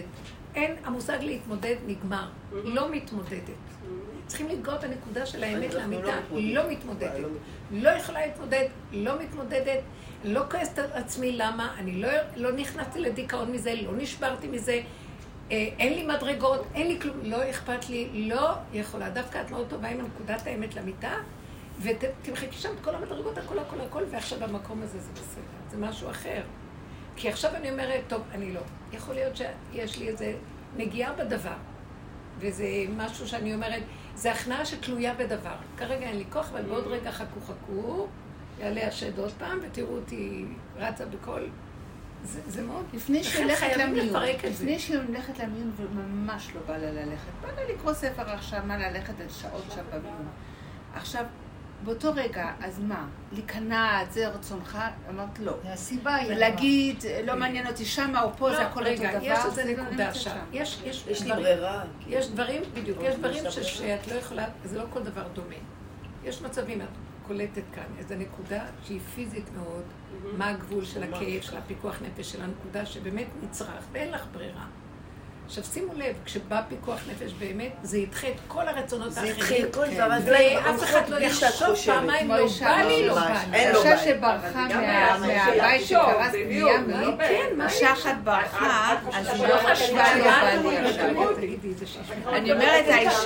אין, המושג להתמודד נגמר. לא מתמודדת. צריכים לגוע בנקודה של האמת לאמיתה. לא מתמודדת. לא יכולה להתמודד, לא מתמודדת. לא כועסת על עצמי למה, אני לא נכנסתי לדיכאון מזה, לא נשברתי מזה, אין לי מדרגות, אין לי כלום, לא אכפת לי, לא יכולה. דווקא את מאוד טובה עם נקודת האמת למיטה, ותמחקי שם את כל המדרגות, הכל, ועכשיו במקום הזה זה בסדר, זה משהו אחר. כי עכשיו אני אומרת, טוב, אני לא. יכול להיות שיש לי איזה נגיעה בדבר, וזה משהו שאני אומרת, זה הכנעה שתלויה בדבר. כרגע אין לי כוח, אבל בעוד רגע חכו, יעלה השד עוד פעם, ותראו אותי רצה בכל... זה מאוד... לפני שהיא הולכת למיון, וממש לא בא לה ללכת. בא לה לקרוא ספר עכשיו, מה ללכת על שעות שם במיון. עכשיו, באותו רגע, אז מה? להיכנע, זה רצונך? אמרת לא. זה הסיבה היא... ולהגיד, לא מעניין אותי שמה או פה, זה הכל אותו דבר. יש איזה נקודה שם. יש לי ברירה. יש דברים, בדיוק, יש דברים שאת לא יכולה, זה לא כל דבר דומה. יש מצבים, את קולטת כאן, איזו נקודה שהיא פיזית מאוד, מה הגבול של הכאב, של הפיקוח נפש, של הנקודה שבאמת נצרך, ואין לך ברירה. עכשיו שימו לב, כשבא פיקוח נפש באמת, זה ידחה את כל הרצונות האחרים. ואף אחד לא יחשוב פעמיים, לא בא לי. אישה שברחה מהבית שקרס פנייה מינית, אישה ברחה, אז היא לא חשבה לא בא לי עכשיו. אני אומרת,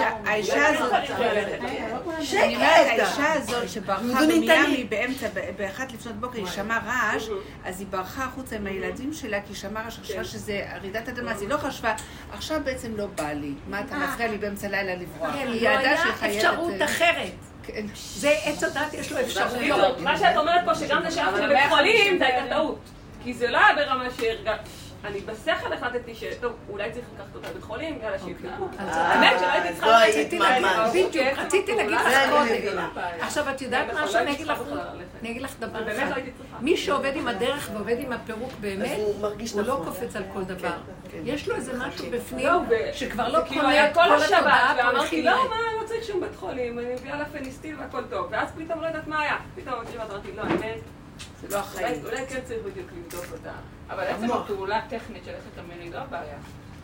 האישה הזאת שברחה במיאמי באמצע, באחת לפנות בוקר, היא שמעה רעש, אז היא ברחה החוצה עם הילדים שלה, כי היא שמעה רעש, חשבה שזה רעידת אדמה, אז היא לא חשבה, עכשיו בעצם לא בא לי. מה אתה מפריע לי באמצע לילה לברוח? כן, לא היה אפשרות אחרת. זה עץ הדת, יש לו אפשרויות. מה שאת אומרת פה, שגם זה שהלכתי לבית חולים, זה הייתה טעות. כי זה לא היה ברמה שהרגשתי. אני בשכל החלטתי שטוב, אולי צריך לקחת אותה בית חולים, יאללה שיבדקו. האמת שלא הייתי צריכה רציתי להגיד לך קודם. עכשיו את יודעת משהו? אני אגיד לך דבר אחד. מי שעובד עם הדרך ועובד עם הפירוק באמת, הוא לא קופץ על כל דבר. יש לו איזה משהו בפנים שכבר לא קונה את כל התודעה. ואמרתי, לא, מה, לא צריך שום בית חולים, אני מביאה לה פניסטיל והכל טוב. ואז פתאום לא יודעת מה היה. פתאום אמרתי, לא, האמת. זה לא החיים. אולי כן צריך בדיוק לבדוק אותה. אבל עצם הפעולה הטכנית של ללכת למיון היא לא הבעיה.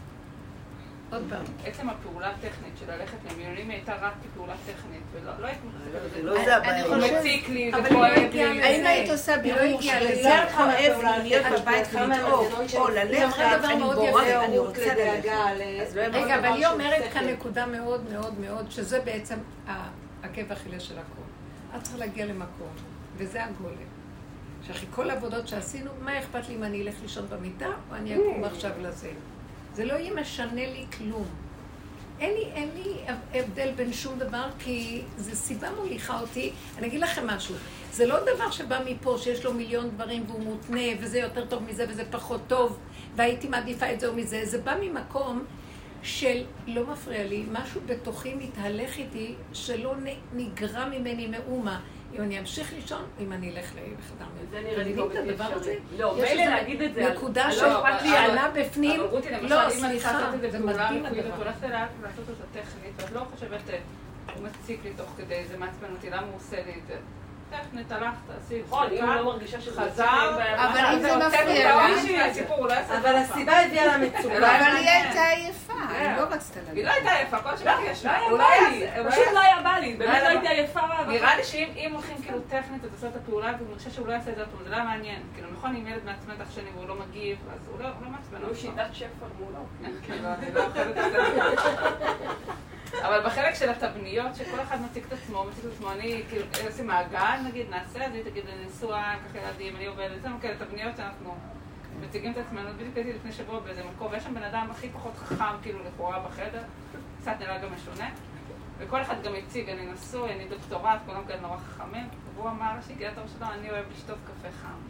עוד פעם. עצם הפעולה הטכנית של ללכת למיונים הייתה רק כפעולה טכנית, ולא היית מוצאת את זה. לא זה הבעיה. הוא מציק לי, אבל וכואב לא לי. הגיע לזה. האם היית עושה בירור שזה כואב לי להיות בבית ולדאוג, או ללכת, אני בורא, אני רוצה ללכת. רגע, אבל היא אומרת כאן נקודה מאוד מאוד מאוד, שזה בעצם עקב אכילס של הכל. את צריכה להגיע למקום, וזה הגולם. שאחרי כל העבודות שעשינו, מה אכפת לי אם אני אלך לישון במיטה, או אני אקום עכשיו לזה? זה לא יהיה משנה לי כלום. אין לי הבדל בין שום דבר, כי זו סיבה מוליכה אותי. אני אגיד לכם משהו, זה לא דבר שבא מפה, שיש לו מיליון דברים והוא מותנה, וזה יותר טוב מזה וזה פחות טוב, והייתי מעדיפה את זה או מזה. זה בא ממקום של לא מפריע לי, משהו בתוכי מתהלך איתי, שלא נגרע ממני מאומה. אם אני אמשיך לישון, אם אני אלך לחדר מיון. זה נראה לי לא בלתי אפשרי. לא, מילא להגיד את זה. נקודה שעלה בפנים, לא, סליחה, זה מדהים הדבר. את הולכת אליו לעשות אותה טכנית, ואת לא חושבת, הוא מציק לי תוך כדי, זה מעצבן אותי, למה הוא עושה לי את זה? טכנית, הלכת, עשית, אם הוא לא מרגישה שזה חזר, אבל אם זה מפריע לה, אבל הסיבה הביאה לה מצוקה. אבל היא הייתה עייפה, היא לא רצתה היא לדעת. לא הייתה עייפה, כל שבאתי ישנה. פשוט לא היה בא לי, באמת לא הייתי עייפה. נראה לי שאם הולכים כאילו טכנית, אתה עושה את הפעולה, והוא מרגישה שהוא לא יעשה את זה, זה לא מעניין. כאילו נכון, אם ילד מעצבן את אח שני והוא לא מגיב, אז הוא לא מעצבן. הוא שיטת שפר מולו. אני לא אוכלת את זה. אבל בחלק של התבניות, שכל אחד מציג את עצמו, אני כאילו עושה מעגל, נגיד, נעשה את זה, תגיד, לניסוע, ככה ילדים, אני עובדת, זה כאלה תבניות שאנחנו מציגים את עצמנו. בדיוק הייתי לפני שבוע באיזה מקום, ויש שם בן אדם הכי פחות חכם, כאילו, לכאורה בחדר, קצת נראה גם משונה, וכל אחד גם הציג, אני נשוי, אני דוקטורט, כולם כאלה נורא חכמים, והוא אמר שהגיע התור שלו, אני אוהב לשתות קפה חם.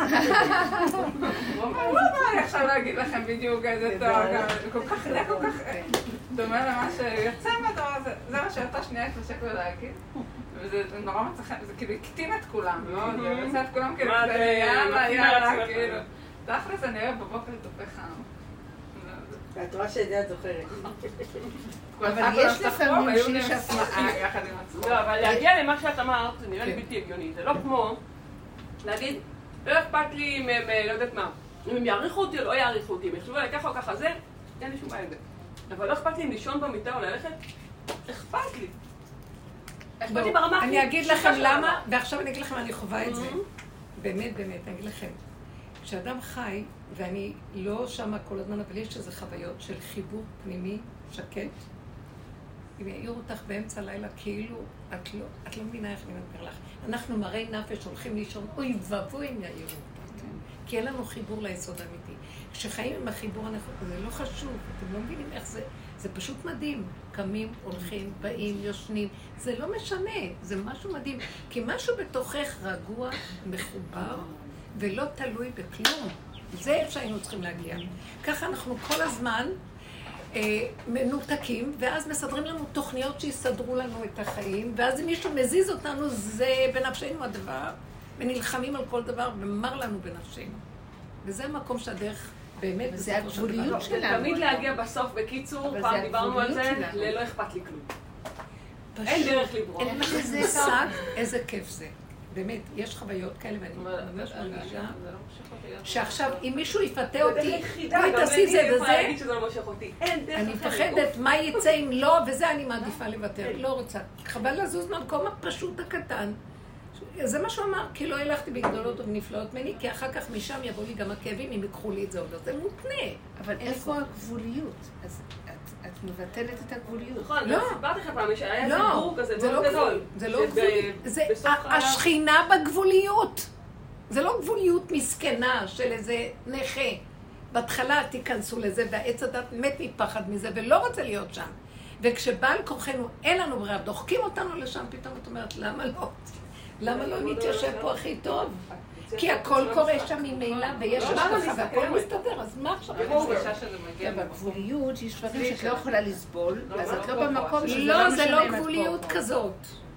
הוא אמר, לא אמר, עכשיו להגיד לכם בדיוק איזה תואר, כל כך דומה למה שיוצא מהתואר הזה, זה מה שאותה שנייה התלשק לו להגיד, וזה נורא מצחן, זה כאילו הקטין את כולם, זה יוצא את כולם כאילו, יאללה, כאילו, תכלס אני אוהב בבוקר קפה חם. ואת רואה שאת זה את זוכרת. אבל יש לפעמים שיש הפרעה. לא, אבל להגיע למה שאת אמרת, זה נראה לי בלתי הגיוני, זה לא כמו להגיד, לא אכפת לי אם הם, לא יודעת מה, אם הם יעריכו אותי או לא יעריכו אותי, אם יחשבו עליי ככה או ככה, זה אין לי שום בעיה עם זה. אבל לא אכפת לי אם לישון במיטה או ללכת, אכפת לי. אכפת לי ברמה הכי... אני אגיד לכם למה, ועכשיו אני אגיד לכם, אני חווה את זה. באמת, באמת, אני אגיד לכם. כשאדם חי, ואני לא שמה כל הזמן, אבל יש איזה חוויות של חיבור פנימי, שקט, אם יעירו אותך באמצע הלילה, כאילו, את לא מבינה איך אני מדבר לך. אנחנו מראי נפש הולכים לישון, אוי ואבוי אם יעירו אותך. כי אין לנו חיבור ליסוד האמיתי. כשחיים עם החיבור, זה לא חשוב, אתם לא מבינים איך זה, זה פשוט מדהים. קמים, הולכים, באים, יושנים, זה לא משנה, זה משהו מדהים. כי משהו בתוכך רגוע, מחובר, ולא תלוי בכלום. זה איפה שהיינו צריכים להגיע. ככה אנחנו כל הזמן מנותקים, ואז מסדרים לנו תוכניות שיסדרו לנו את החיים, ואז אם מישהו מזיז אותנו, זה בנפשנו הדבר, ונלחמים על כל דבר, ומר לנו בנפשנו. וזה המקום שהדרך באמת... וזה הגבוליות שלנו. תמיד להגיע בסוף, בקיצור, פעם דיברנו על זה, ללא אכפת לי כלום. אין דרך לברוח. אין לך מושג איזה כיף זה. באמת, יש חוויות כאלה, ואני ממש מרגישה שעכשיו, אם מישהו יפתה אותי, בואי תעשי זה וזה, אני מפחדת מה יצא אם לא, וזה אני מעדיפה לוותר, לא רוצה. חבל לזוז מהמקום הפשוט הקטן. זה מה שהוא אמר, כי לא הלכתי בגדולות ובנפלאות ממני, כי אחר כך משם יבוא לי גם הכאבים, אם יקחו לי את זה או לא. זה מותנה. אבל איפה הגבוליות? אז את מבטלת את הגבוליות. נכון, לא. סיפרתי לך פעם, שהיה איזה בור כזה, זה לא גבול. זה לא גבוליות. זה השכינה בגבוליות. זה לא גבוליות מסכנה של איזה נכה. בהתחלה תיכנסו לזה, והעץ הדת מת מפחד מזה, ולא רוצה להיות שם. וכשבא על כוחנו, אין לנו ברירה, דוחקים אותנו לשם, פתאום את אומרת, למה לא? למה לא נתיישב פה הכי טוב? כי הכל קורה שם ממילא, ויש השגחה, והכל מסתדר, אז מה עכשיו? בגבוליות יש דברים שאת לא יכולה לסבול, אז את לא במקום שזה לא, זה לא גבוליות כזאת.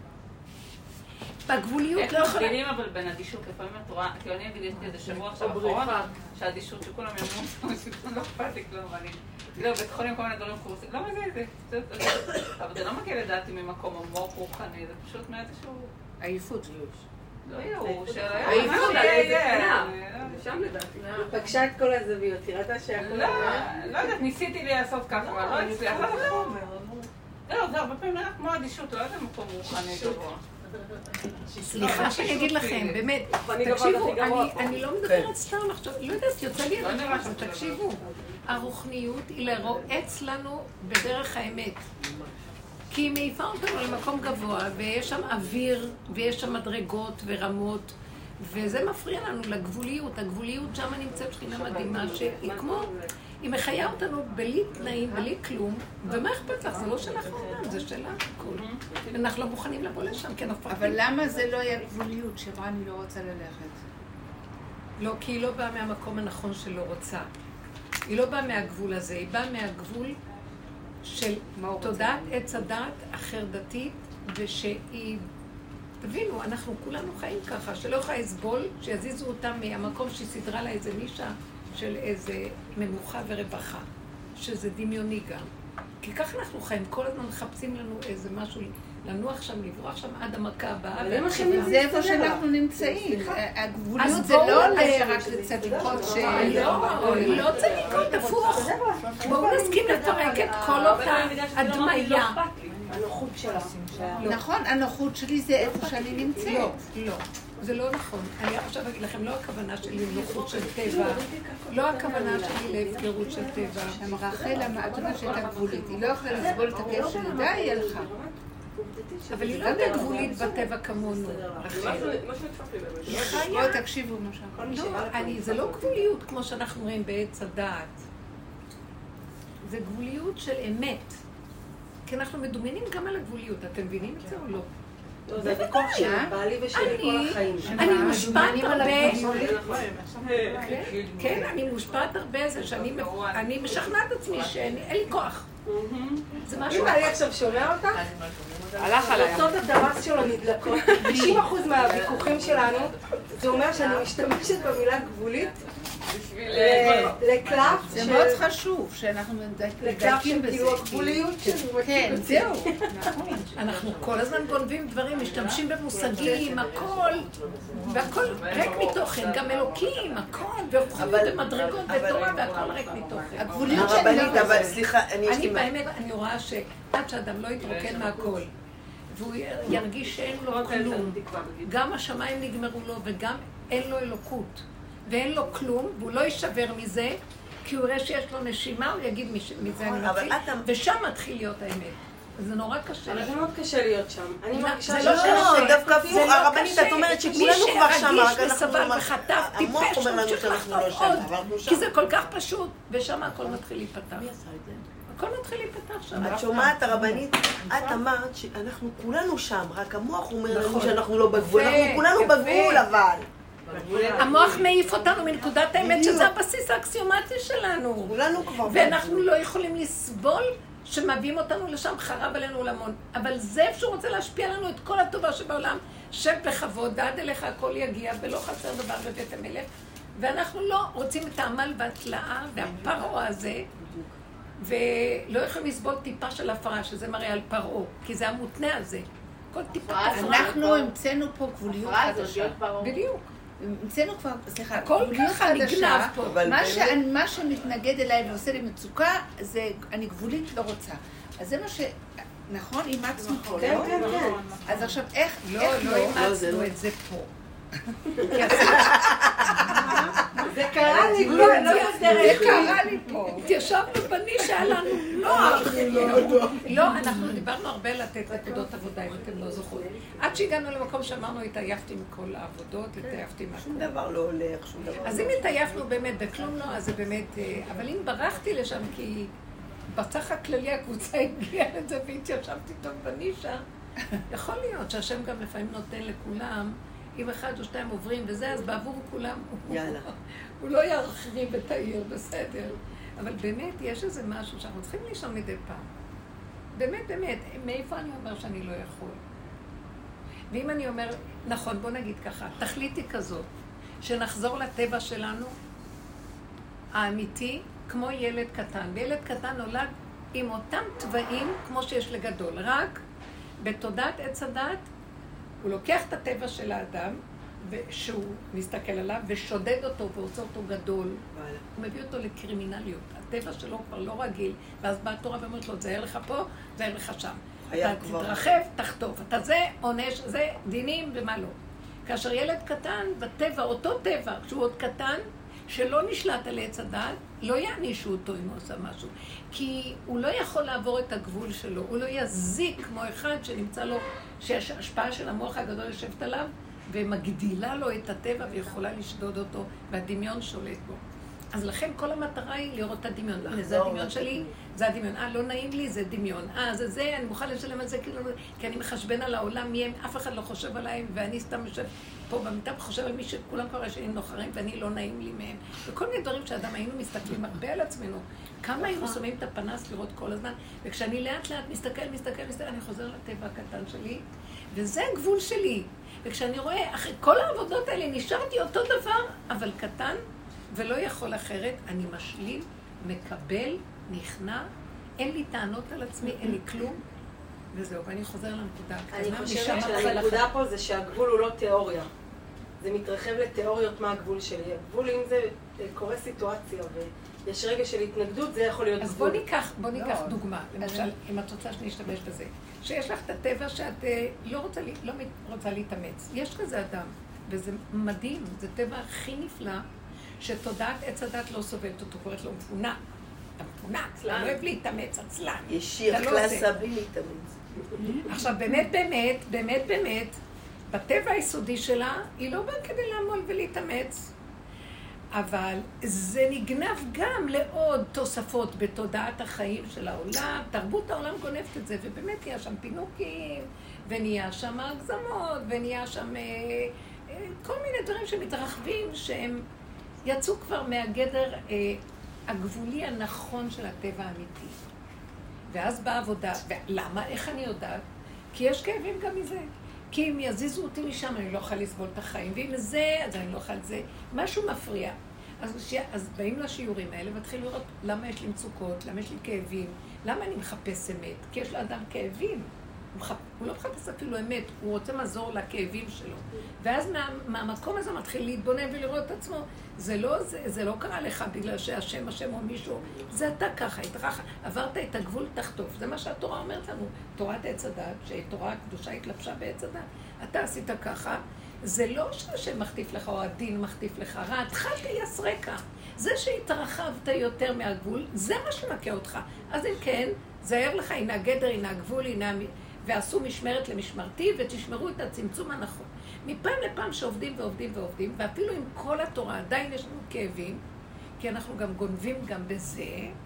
בגבוליות לא יכולה... איך מבינים אבל בנדישות, לפעמים את רואה, כי אני אגיד, יש לי איזה שבוע עכשיו אחרון, שהאדישות שכולם יאמרו, שכולם לא אכפת לי כלום, אני... לא, בית חולים כל מיני דברים קורסים, לא מזה את זה. אבל זה לא מגיע לדעתי ממקום עמוק רוחני, זה פשוט מאיזשהו... עייפות. לא ייאוש, עייפות, שם לדעתי. פגשה את כל הזוויות, תראתה שהכל... לא יודעת, ניסיתי לעשות ככה, אבל לא הצליח. לא, זה הרבה פעמים נראה כמו אדישות, לא יודע מקום רוחני גבוה. סליחה שאני אגיד לכם, באמת, תקשיבו, אני לא מדברת סתם עכשיו, לא יודעת, יוצא לי את זה, תקשיבו, הרוחניות היא לרועץ לנו בדרך האמת. כי היא מעיפה אותנו למקום גבוה, ויש שם אוויר, ויש שם מדרגות ורמות, וזה מפריע לנו לגבוליות. הגבוליות שם נמצאת שכינה מדהימה, שהיא כמו, היא מחיה אותנו בלי תנאים, בלי כלום, ומה אכפת לך? זה לא שלך עולם, זה שלה הכל. אנחנו לא מוכנים לבוא לשם, כי אנחנו... אבל למה זה לא היה גבוליות, שמה אני לא רוצה ללכת? לא, כי היא לא באה מהמקום הנכון שלא רוצה. היא לא באה מהגבול הזה, היא באה מהגבול של תודעת עץ הדעת החרדתית, ושהיא, תבינו, אנחנו כולנו חיים ככה, שלא יכולה לסבול, שיזיזו אותם מהמקום שהיא סדרה לה איזה נישה של איזה מנוחה ורווחה, שזה דמיוני גם. כי ככה אנחנו חיים, כל הזמן מחפשים לנו איזה משהו, לנוח שם, לברוח שם עד המכה הבאה. זה איפה שאנחנו נמצאים. הגבוליות זה לא רק לצדיקות ש... לא צדיקות, הפוך. בואו נסכים לפרק את כל אותה הדמיה. הנוחות שלך. נכון, הנוחות שלי זה איפה שאני נמצאת. לא, זה לא נכון. אני עכשיו אגיד לכם, לא הכוונה שלי לנוחות של טבע, לא הכוונה שלי להפקרות של טבע. רחל, את אומרת שהייתה גבולית. היא לא יכולה לסבול את הכאב של די, היא הלכה. אבל היא לא הייתה גבולית בטבע כמונו. בואו תקשיבו מה שאמרתי. זה לא גבוליות כמו שאנחנו רואים בעץ הדעת. זה גבוליות של אמת. כי אנחנו מדומיינים גם על הגבוליות. אתם מבינים את זה או לא? זה ויכוח שלי, בעלי ושלי כל החיים. אני מושפעת הרבה... כן, אני מושפעת הרבה זה שאני משכנעת עצמי שאין לי כוח. זה משהו... אם אני עכשיו שומע אותך, הלך עליי. אותות הדרס שלו נדלקות. 90% מהוויכוחים שלנו, זה אומר שאני משתמשת במילה גבולית לקלף. זה מאוד חשוב שאנחנו מדייקים בזה. כאילו הגבוליות שלנו. כן, זהו. אנחנו כל הזמן גונבים דברים, משתמשים במושגים, הכל, והכל ריק מתוכן, גם אלוקים, הכל, והופכים במדרגות ותורה, והכל ריק מתוכן. הגבוליות הרבנית, אבל סליחה, אני באמת, אני רואה שעד שאדם לא יתרוקן מהכל, והוא ירגיש שאין לו כלום, גם השמיים נגמרו לו וגם אין לו אלוקות, ואין לו כלום, והוא לא יישבר מזה, כי הוא יראה שיש לו נשימה, הוא יגיד מזה אני מתחיל, ושם מתחיל להיות האמת. זה נורא קשה. אבל זה מאוד קשה להיות שם. אני מרגישה זה לא קשה. דווקא הפוך, הרבנית, את אומרת שכולנו כבר שם, מי שרגיש וסבל וחטף, טיפש, ממשיך לחטוף עוד, כי זה כל כך פשוט, ושם הכל מתחיל להיפתח. הכל מתחיל להיפתח שם. את שומעת, הרבנית, את אמרת שאנחנו כולנו שם, רק המוח אומר לנו שאנחנו לא בגבול, אנחנו כולנו בגבול, אבל... המוח מעיף אותנו מנקודת האמת, שזה הבסיס האקסיומטי שלנו. כולנו כבר בגבול. ואנחנו לא יכולים לסבול שמביאים אותנו לשם, חרב עלינו עולמון. אבל זה שהוא רוצה להשפיע לנו את כל הטובה שבעולם, שב בכבוד, עד אליך הכל יגיע, ולא חסר דבר בבית המלך. ואנחנו לא רוצים את העמל והתלאה והפרעה הזה, ולא יכולים לסבול טיפה של הפרה, שזה מראה על פרעה, כי זה המותנה הזה. כל טיפה הפרה. אנחנו המצאנו פה גבוליות חדשה. בדיוק. המצאנו כבר, סליחה, הכל ככה נגנב פה. מה שמתנגד אליי ועושה לי מצוקה, זה אני גבולית לא רוצה. אז זה מה ש... נכון? אימצנו פה, לא? כן, כן, כן. אז עכשיו, איך לא אימצנו את זה פה. זה קרה לי, זה קרה לי פה. התיישבנו בנישה, היה לנו נוח. לא, אנחנו דיברנו הרבה לתת נקודות עבודה, אם אתם לא זוכרים. עד שהגענו למקום שאמרנו, התעייפתי מכל העבודות, התעייפתי מהכל. שום דבר לא הולך, שום דבר. אז אם התעייפנו באמת בכלום לא, אז זה באמת... אבל אם ברחתי לשם, כי בצח הכללי הקבוצה הגיעה לזה והתיישבתי טוב בנישה, יכול להיות שהשם גם לפעמים נותן לכולם, אם אחד או שתיים עוברים וזה, אז בעבור כולם הוא לא ירחיב את העיר, בסדר. אבל באמת יש איזה משהו שאנחנו צריכים לישון מדי פעם. באמת, באמת, מאיפה אני אומר שאני לא יכול? ואם אני אומר, נכון, בוא נגיד ככה, תכלית היא כזאת, שנחזור לטבע שלנו, האמיתי, כמו ילד קטן. וילד קטן נולד עם אותם טבעים כמו שיש לגדול, רק בתודעת עץ הדת, הוא לוקח את הטבע של האדם, שהוא מסתכל עליו, ושודד אותו ועושה אותו גדול. הוא מביא אותו לקרימינליות. הטבע שלו כבר לא רגיל, ואז באה התורה ואומרת לו, זה היה לך פה, זה היה לך שם. אתה תתרחב, תחטוף. אתה זה עונש, זה דינים ומה לא. כאשר ילד קטן, בטבע, אותו טבע, כשהוא עוד קטן, שלא נשלט על עץ הדעת, לא יענישו אותו אם הוא עושה משהו. כי הוא לא יכול לעבור את הגבול שלו, הוא לא יזיק כמו אחד שנמצא לו, שיש השפעה של המוח הגדול לשבת עליו, ומגדילה לו את הטבע ויכולה לשדוד אותו, והדמיון שולט בו. אז לכן כל המטרה היא לראות את הדמיון. זה הדמיון שלי, זה הדמיון. לא נעים לי, זה דמיון. זה, אני מוכן לשלם על זה כאילו, כי אני מחשבן על העולם, מי הם, אף אחד לא חושב עליהם, ואני סתם יושב פה במיטה וחושב על מי שכולם כבר ישנים נוחרים, ואני לא נעים לי מהם. וכל מיני דברים שאדם היינו מסתכלים הרבה על עצמנו. כמה היינו שמים את הפנס לראות כל הזמן, וכשאני לאט לאט מסתכל, אני חוזר לטבע הקטן שלי, וזה הגבול שלי. וכשאני רואה, אחרי כל העבודות האלה נשארתי אותו דבר, אבל קטן, ולא יכול אחרת, אני משלים, מקבל, נכנע, אין לי טענות על עצמי, אין לי כלום, וזהו, ואני חוזר לנקודה הקטנה. אני חושבת שהנקודה פה זה שהגבול הוא לא תיאוריה. זה מתרחב לתיאוריות מה הגבול שלי. הגבול, אם זה קורה סיטואציה ויש רגע של התנגדות, זה יכול להיות גבול. אז בוא ניקח דוגמה, למשל, אם את רוצה שנשתמש בזה, שיש לך את הטבע שאת לא רוצה להתאמץ. יש כזה אדם, וזה מדהים, זה טבע הכי נפלא, שתודעת עץ הדת לא סובלת אותו, קוראת לו מפונה. אתה מפונה, אתה לא אוהב להתאמץ, עצלן. ישיר קלאסה בלי להתאמץ. עכשיו, באמת, בטבע היסודי שלה, היא לא באה כדי לעמול ולהתאמץ. אבל זה נגנב גם לעוד תוספות בתודעת החיים של העולם. תרבות העולם גונבת את זה, ובאמת נהיה שם פינוקים, ונהיה שם הגזמות, ונהיה שם כל מיני דברים שמתרחבים, שהם יצאו כבר מהגדר הגבולי הנכון של הטבע האמיתי. ואז באה עבודה. ולמה? איך אני יודעת? כי יש כאבים גם מזה. כי אם יזיזו אותי משם, אני לא אוכל לסבול את החיים. ואם זה, אז אני לא אוכל את זה. משהו מפריע. אז באים לשיעורים האלה והתחילו לראות למה יש לי מצוקות, למה יש לי כאבים, למה אני מחפש אמת? כי יש לאדם כאבים. הוא לא מחפש אפילו אמת, הוא רוצה מזור לכאבים שלו. ואז מהמקום הזה מתחיל להתבונן ולראות את עצמו. זה לא קרה לך בגלל שהשם או מישהו, זה אתה ככה, עברת את הגבול תחטוף. זה מה שהתורה אומרת לנו, תורת עץ הדת, שתורה הקדושה התלבשה בעץ הדת. אתה עשית ככה, זה לא שהשם מחטיף לך או הדין מחטיף לך, רעתך תייסרקה. זה שהתרחבת יותר מהגבול, זה מה שמכה אותך. אז אם כן, זהר לך, הנה הגדר, הנה הגבול, הנה... ועשו משמרת למשמרתי, ותשמרו את הצמצום הנכון. מפעם לפעם שעובדים ועובדים ועובדים, ואפילו עם כל התורה עדיין יש לנו כאבים, כי אנחנו גם גונבים גם בזה,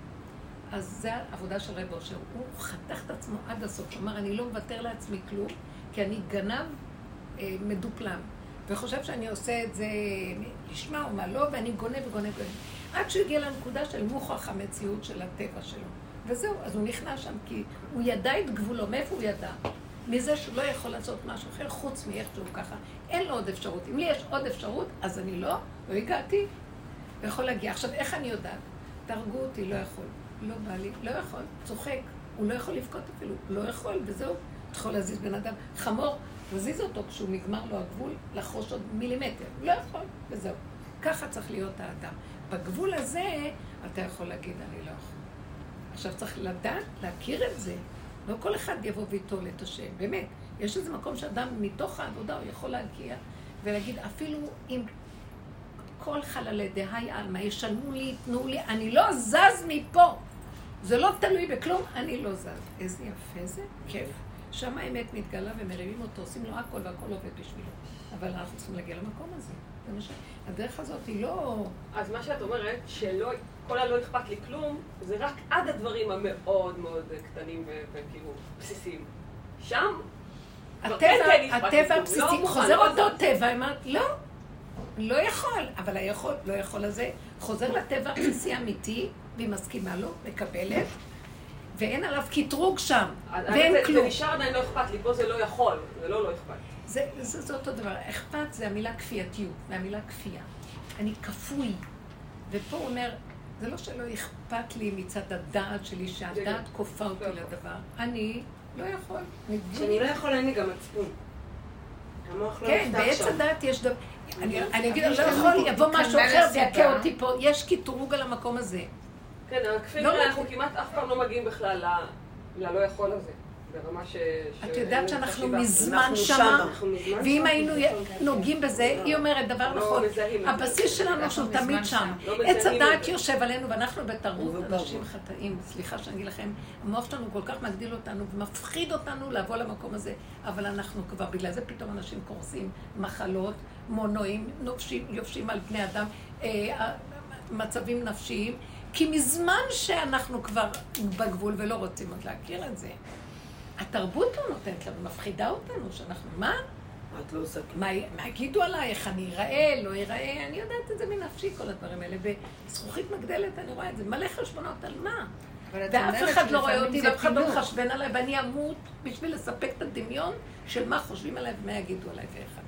אז זה העבודה של רב אושר. הוא חתך את עצמו עד הסוף, הוא אמר, אני לא מוותר לעצמי כלום, כי אני גנב מדופלם, וחושב שאני עושה את זה לשמה או מה לא, ואני גונב וגונב וגונב. עד שהוא הגיע לנקודה של מוכח המציאות של הטבע שלו. וזהו, אז הוא נכנע שם, כי הוא ידע את גבולו. מאיפה הוא ידע? מזה שהוא לא יכול לעשות משהו אחר, חוץ מאיך שהוא ככה. אין לו עוד אפשרות. אם לי יש עוד אפשרות, אז אני לא הגעתי, ויכול להגיע. עכשיו, איך אני יודעת? תרגו אותי, לא יכול. לא בא לי, לא יכול. צוחק. הוא לא יכול לבכות אפילו. לא יכול, וזהו. אתה יכול להזיז בן אדם. חמור, להזיז אותו כשהוא נגמר לו הגבול, לחרוש עוד מילימטר. לא יכול, וזהו. ככה צריך להיות האדם. בגבול הזה, אתה יכול להגיד, אני לא יכול. עכשיו צריך לדעת, להכיר את זה. לא כל אחד יבוא ויטול את השם. באמת, יש איזה מקום שאדם מתוך העבודה הוא יכול להגיע ולהגיד, אפילו אם כל חללי דהי אלמה ישלמו לי, תנו לי, אני לא זז מפה. זה לא תלוי בכלום, אני לא זז. איזה יפה זה, כיף. שם האמת מתגלה ומרימים אותו, עושים לו הכל והכל עובד בשבילו. אבל אנחנו צריכים להגיע למקום הזה. הדרך הזאת היא לא... אז מה שאת אומרת, כל הלא אכפת לי כלום, זה רק עד הדברים המאוד מאוד קטנים וכאילו בסיסיים. שם, הטבע הבסיסי, חוזר אותו טבע, אמרת, לא יכול, אבל לא יכול הזה, חוזר לטבע הבסיסי אמיתי, והיא מסכימה לו, מקבלת, ואין עליו קטרוג שם, ואין כלום. זה נשאר עדיין לא אכפת לי, פה זה לא יכול, זה לא אכפת. זה אותו דבר. אכפת זה המילה כפייתיות, והמילה כפייה. אני כפוי. ופה הוא אומר, זה לא שלא אכפת לי מצד הדעת שלי, שהדעת כופה אותי לדבר. אני לא יכול. כשאני לא יכול, אין לי גם מצפון. המוח לא נפתח שם. כן, בעץ הדעת יש דבר... אני אגיד, אני לא יכול, יבוא משהו אחר ויקה אותי פה. יש קטרוג על המקום הזה. כן, הכפים אנחנו כמעט אף פעם לא מגיעים בכלל ללא יכול הזה. את יודעת שאנחנו מזמן שמה, ואם היינו נוגעים בזה, היא אומרת דבר נכון. הבסיס שלנו שהוא תמיד שם. עץ הדעת יושב עלינו, ואנחנו בתרבות אנשים חטאים. סליחה שאני אגיד לכם, המוח שלנו כל כך מגדיל אותנו ומפחיד אותנו לבוא למקום הזה, אבל אנחנו כבר, בגלל זה פתאום אנשים קורסים, מחלות, מונועים, יופשים על בני אדם, מצבים נפשיים, כי מזמן שאנחנו כבר בגבול ולא רוצים עוד להכיר את זה. התרבות לא נותנת לנו, מפחידה אותנו, שאנחנו, מה? את לא עושה. מה יגידו עלייך, אני אראה, לא אראה, אני יודעת את זה מנפשי, כל הדברים האלה. בזכוכית מגדלת, אני רואה את זה, מלא חשבונות על מה? ואף אחד לא רואה אותי, ואף אחד לא מחשבן עליי, ואני אמות בשביל לספק את הדמיון של מה חושבים עליי ומה יגידו עליי ואיך אני.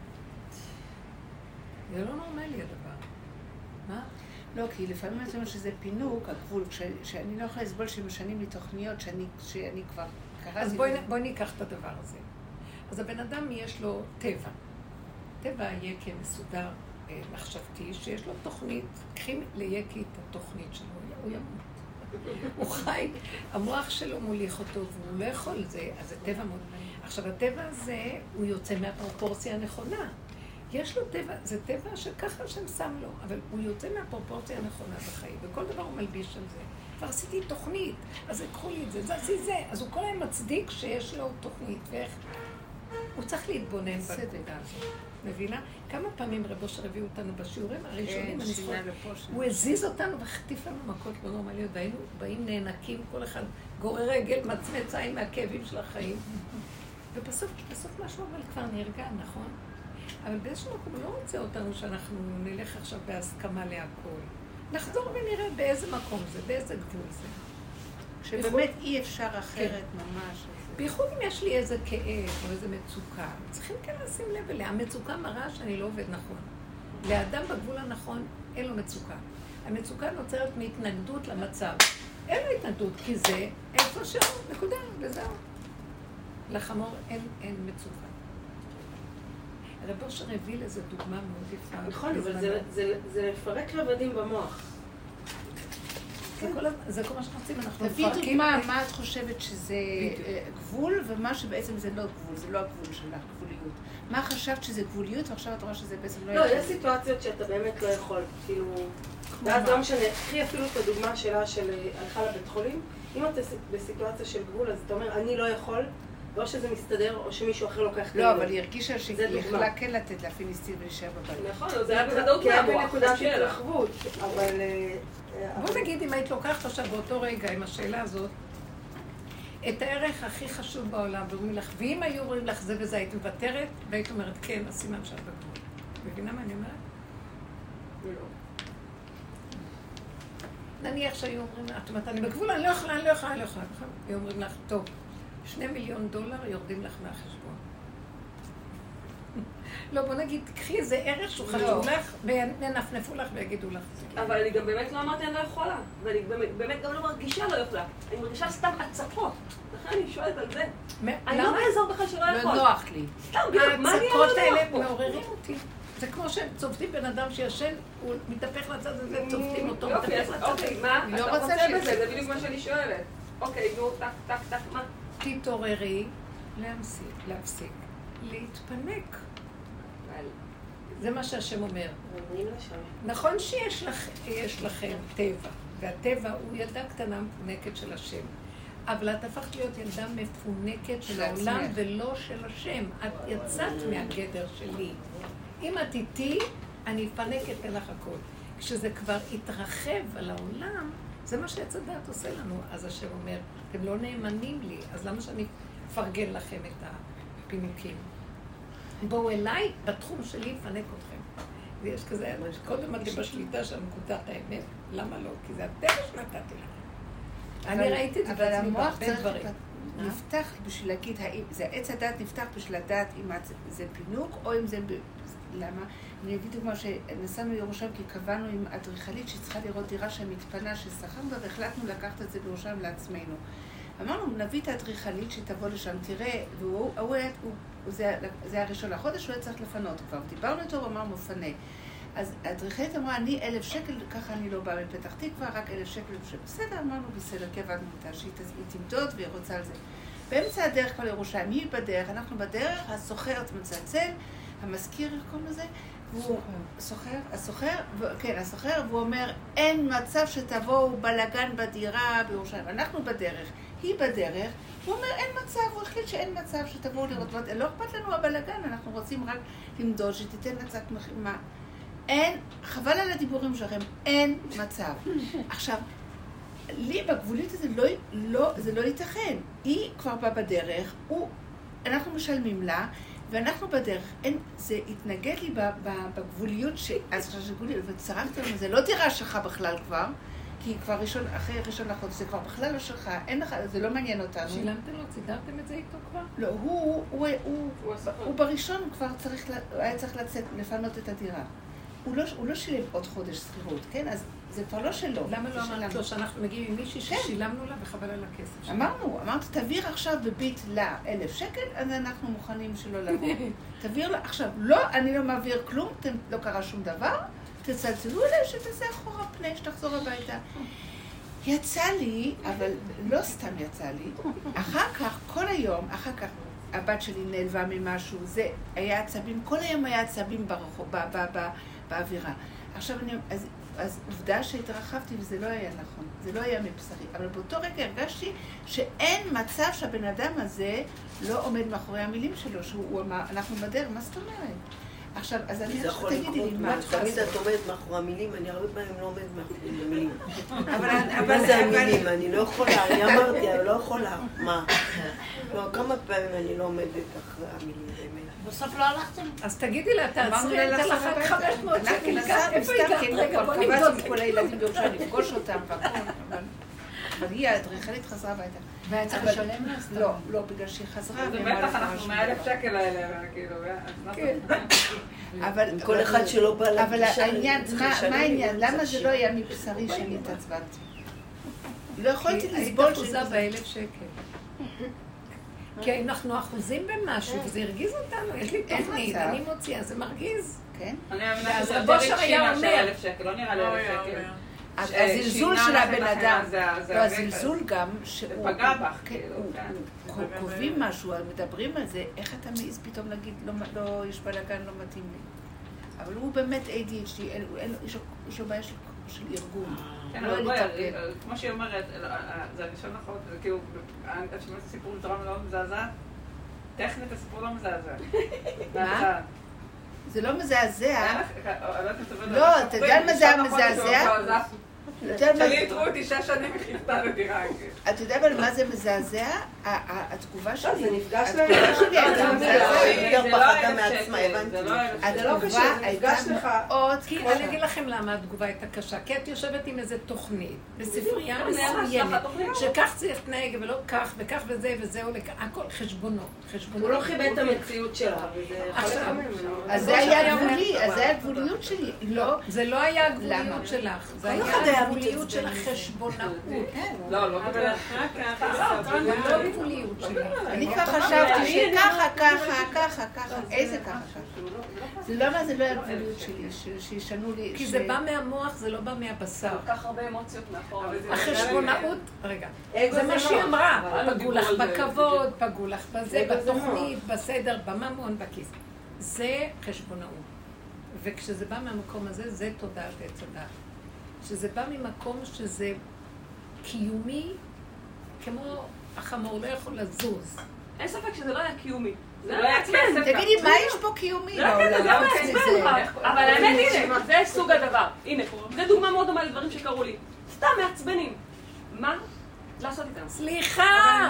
זה לא נורמלי הדבר. מה? לא, כי לפעמים אני אומרת שזה פינוק, הגבול, שאני לא יכולה לסבול שמשנים לי תוכניות שאני כבר קראתי. אז בואי ניקח את הדבר הזה. אז הבן אדם יש לו טבע. טבע היקי מסודר מחשבתי, שיש לו תוכנית, קחים ליקי את התוכנית שלו, הוא ימות. הוא חי, המוח שלו מוליך אותו, והוא לא יכול לזה, אז זה טבע מאוד. עכשיו, הטבע הזה, הוא יוצא מהפרופורציה הנכונה. יש לו טבע, זה טבע שככה שם שם לו, אבל הוא יוצא מהפרופורציה הנכונה בחיים, וכל דבר הוא מלביש על זה. כבר עשיתי תוכנית, אז קחו לי את זה, זה עשי זה. אז הוא כל היום מצדיק שיש לו תוכנית, ואיך... הוא צריך להתבונן בנקודה הזאת. מבינה? כמה פעמים רב אושר הביאו אותנו בשיעורים הראשונים, הוא הזיז אותנו וחטיף לנו מכות לא נורמליות, והיינו באים נאנקים, כל אחד גורר רגל, מצמץ עין מהכאבים של החיים. ובסוף משהו אבל כבר נרגע, נכון? אבל באיזשהו מקום הוא לא רוצה אותנו שאנחנו נלך עכשיו בהסכמה להכל. נחזור ונראה באיזה מקום זה, באיזה גבול זה. שבאמת אי אפשר אחרת ממש. בייחוד אם יש לי איזה כאב או איזה מצוקה, צריכים כן לשים לב אליה. המצוקה מראה שאני לא עובד נכון. לאדם בגבול הנכון אין לו מצוקה. המצוקה נוצרת מהתנגדות למצב. אין לו התנגדות, כי זה איפה שהוא, נקודה, וזהו. לחמור אין מצוקה. הרב אושר הביא לזה דוגמה מאוד יפה. נכון, אבל זה לפרק רבדים במוח. זה כל מה שרוצים, אנחנו מפרקים. תביא דוגמה, מה את חושבת שזה גבול, ומה שבעצם זה לא גבול, זה לא הגבול שלך, גבוליות. מה חשבת שזה גבוליות, ועכשיו את רואה שזה בעצם לא יכול? לא, יש סיטואציות שאתה באמת לא יכול, כאילו... ואז לא משנה, קחי אפילו את הדוגמה שלה של הלכה לבית חולים, אם את בסיטואציה של גבול, אז אתה אומר, אני לא יכול, לא שזה מסתדר, או שמישהו אחר לוקח את לא, אבל היא הרגישה שהיא יכלה כן לתת להפיניסטין ולהישאר בבית. נכון, זה היה בוודאות מהמוח, בנקודת התרחבות, אבל... בוא נגיד, אם היית לוקחת עכשיו באותו רגע עם השאלה הזאת, את הערך הכי חשוב בעולם, ואומרים לך, ואם היו אומרים לך זה וזה, היית מוותרת, והיית אומרת, כן, הסימן שאת בגבול. מבינה מה אני אומרת? לא. נניח שהיו אומרים, את אומרת, אני בגבול, אני לא יכולה. היו אומרים לך, טוב, $2 מיליון יורדים לך מהחשבון. לא, בוא נגיד, קחי איזה ערך שהוא חשוב לך, ונפנפו לך ויגידו לך. אבל אני גם באמת לא אמרתי, אני לא יכולה. ואני באמת גם לא מרגישה לא יכולה. אני מרגישה סתם הצפות. לכן אני שואלת על זה. אני לא באזור בכלל שלא יכול. לא נוח לי. סתם, מה אני לא נוח האלה פה? מעוררים אותי. זה כמו שהם צובטים בן אדם שישן, הוא מתהפך לצד הזה, צובטים אותו, יופי, מתהפך לצד הזה. אוקיי, מה אתה רוצה בזה? זה בדיוק מה שאני שואלת. אוקיי, נו, טק, מה? תתעוררי, להפסיק, להתפנק. זה מה שהשם אומר. נכון שיש לכם טבע, והטבע הוא ילדה קטנה מפונקת של השם. אבל את הפכת להיות ילדה מפונקת של העולם ולא של השם. את יצאת מהגדר שלי. אם את איתי, אני אפנק אתן לך הכל. כשזה כבר יתרחב על העולם, זה מה שעץ הדעת עושה לנו. אז השם אומר, אתם לא נאמנים לי, אז למה שאני אפרגן לכם את הפינוקים? בואו אליי, בתחום שלי אפנק אתכם. ויש כזה, קודם אתם בשליטה של נקודת האמת, למה לא? כי זה הטבע שנתתי לכם. אני ראיתי את זה בעצמי בהרבה דברים. נפתח בשביל להגיד, זה עץ הדעת נפתח בשביל לדעת אם זה פינוק או אם זה... למה? אני אגיד דוגמה שנסענו לירושלים כי קבענו עם אדריכלית שצריכה לראות דירה שמתפנה ששכרנו והחלטנו לקחת את זה בירושלים לעצמנו. אמרנו, נביא את האדריכלית שתבוא לשם, תראה, זה הראשון לחודש, הוא היה צריך לפנות כבר. דיברנו איתו ואמרנו, פנה. אז האדריכלית אמרה, אני 1,000 שקל, ככה אני לא באה מפתח תקווה, רק 1,000 שקל. בסדר, אמרנו, בסדר, כי עבדנו אותה, שהיא תמדוד והיא רוצה על זה. באמצע הדרך כבר לירושלים, היא בדרך, אנחנו בדרך, הסוחר מצלצל, המזכיר, איך קוראים לזה? והוא הסוחר, והוא אומר, אין מצב שתבואו בלגן בדירה בירושלים. אנחנו בדרך, היא בדרך, הוא אומר, אין מצב, הוא החליט שאין מצב שתבואו לראות, לא אכפת לנו הבלגן, אנחנו רוצים רק למדוד, שתיתן לצאת מה. אין, חבל על הדיבורים שלכם, אין מצב. עכשיו, לי בגבולית הזה זה לא ייתכן. היא כבר באה בדרך, אנחנו משלמים לה, ואנחנו בדרך, זה התנגד לי בגבוליות, אז חשב שגבוליות, וצרקת לנו, זה לא דירה שלך בכלל כבר, כי כבר אחרי ראשון לחודש, זה כבר בכלל לא שלך, אין לך, זה לא מעניין אותנו. שילמתם לו, צידרתם את זה איתו כבר? לא, הוא בראשון כבר היה צריך לצאת, לפנות את הדירה. הוא לא שילם עוד חודש שכירות, כן? אז זה כבר לא שלו. למה לא אמרת לו שאנחנו מגיעים עם מישהי ששילמנו לה וחבל על הכסף? אמרתי, תעביר עכשיו בביט לה 1,000 שקל, אז אנחנו מוכנים שלא לבוא. תעביר לה, עכשיו, לא, אני לא מעביר כלום, לא קרה שום דבר, תצלצלו אליי שתעשה אחורה פני, שתחזור הביתה. יצא לי, אבל לא סתם יצא לי, אחר כך, כל היום, הבת שלי נעלבה ממשהו, זה היה עצבים, כל היום היה עצבים באווירה. עכשיו אז עובדה שהתרחבתי וזה לא היה נכון, זה לא היה מבשרי, אבל באותו רגע הרגשתי שאין מצב שהבן אדם הזה לא עומד מאחורי המילים שלו, שהוא אמר, אנחנו בדרך, מה זאת אומרת? עכשיו, אז אני תגידי לי מה. תמיד את עומדת מאחורי המילים, אני הרבה פעמים לא עומדת מאחורי המילים. מה זה המילים? אני לא יכולה, אני אמרתי, אני לא יכולה. מה? לא, כמה פעמים אני לא עומדת אחרי המילים באמת. בסוף לא הלכתם? אז תגידי לה, תעצרי, אתן לך 500 שקל. איפה הגעת? רגע, בוא נבדוק. כל הילדים בירושלים לפגוש אותם והכל. אבל היא האדריכלית חזרה הביתה. והיה צריך לשלם לה? לא, בגלל שהיא חזרה. זה בטח אנחנו 100,000 שקל האלה, כאילו, אבל כל אחד שלא בא לפגישה. אבל העניין, מה העניין? למה זה לא היה מבשרי שאני התעצבנתי? לא יכולתי לסבול היית אחוזה ב1,000 שקל. כי אנחנו אחוזים במשהו, וזה הרגיז אותנו. יש לי תוכנית, אני מוציאה, זה מרגיז. כן? אני מאמינה שזה יותר רגשי מאשר 1,000 שקל, לא נראה לי 1,000 שקל. הזלזול של הבן אדם, הזלזול גם שהוא... פגע בך, כאילו, קובעים משהו, מדברים על זה, איך אתה מעיז פתאום להגיד, לא, יש בלגן, לא מתאים לי. אבל הוא באמת ADHD, יש לו בעיה של ארגון. כן, אבל בואי, כמו שהיא אומרת, זה הראשון נכון, זה כאילו, את שומעת הסיפור בצורה מאוד מזעזעת? טכנית הסיפור לא מזעזע. מה? זה לא מזעזע. לא, אתה יודע מה זה המזעזע? שלי יתרו אותי 6 שנים וחיפתה לדירה. אתה יודע מה זה מזעזע? התגובה שלי. זה נפגש להם. התגובה שלי הייתה מזעזע. יותר פחדה מעצמה, הבנתי. התגובה הייתה מאוד כי אני אגיד לכם למה התגובה הייתה קשה. כי את יושבת עם איזה תוכנית, בספרייה מסוימת, שכך צריך להתנהג ולא כך וכך וזה וזהו, הכל חשבונות. הוא לא חיבד את המציאות שלה. אז זה היה גבולי, אז זה היה הגבוליות שלי. לא. זה לא היה הגבוליות שלך, זה היה הגבוליות של החשבונאות. לא, לא אבל אחר לא הגבוליות שלך. אני כבר חשבתי שככה, ככה, איזה ככה. זה לא מה זה לא הגבוליות שלי, שישנו לי... כי זה בא מהמוח, זה לא בא מהבשר. כל כך הרבה אמוציות מאחור. החשבונאות, רגע, זה מה שהיא אמרה, פגעו לך בכבוד, פגעו לך בזה, בתוכנית, בסדר, בממון, בכיס. זה חשבונאות. וכשזה בא מהמקום הזה, זה תודעת עץ הדעת. שזה בא ממקום שזה קיומי, כמו החמור לא יכול לזוז. אין ספק שזה לא היה קיומי. תגידי, מה יש פה קיומי? לא, זה לא מעצבן אותך. אבל האמת, הנה, זה סוג הדבר. הנה, זה דוגמה מאוד דומה לדברים שקרו לי. סתם מעצבנים. מה? לעשות איתם. סליחה,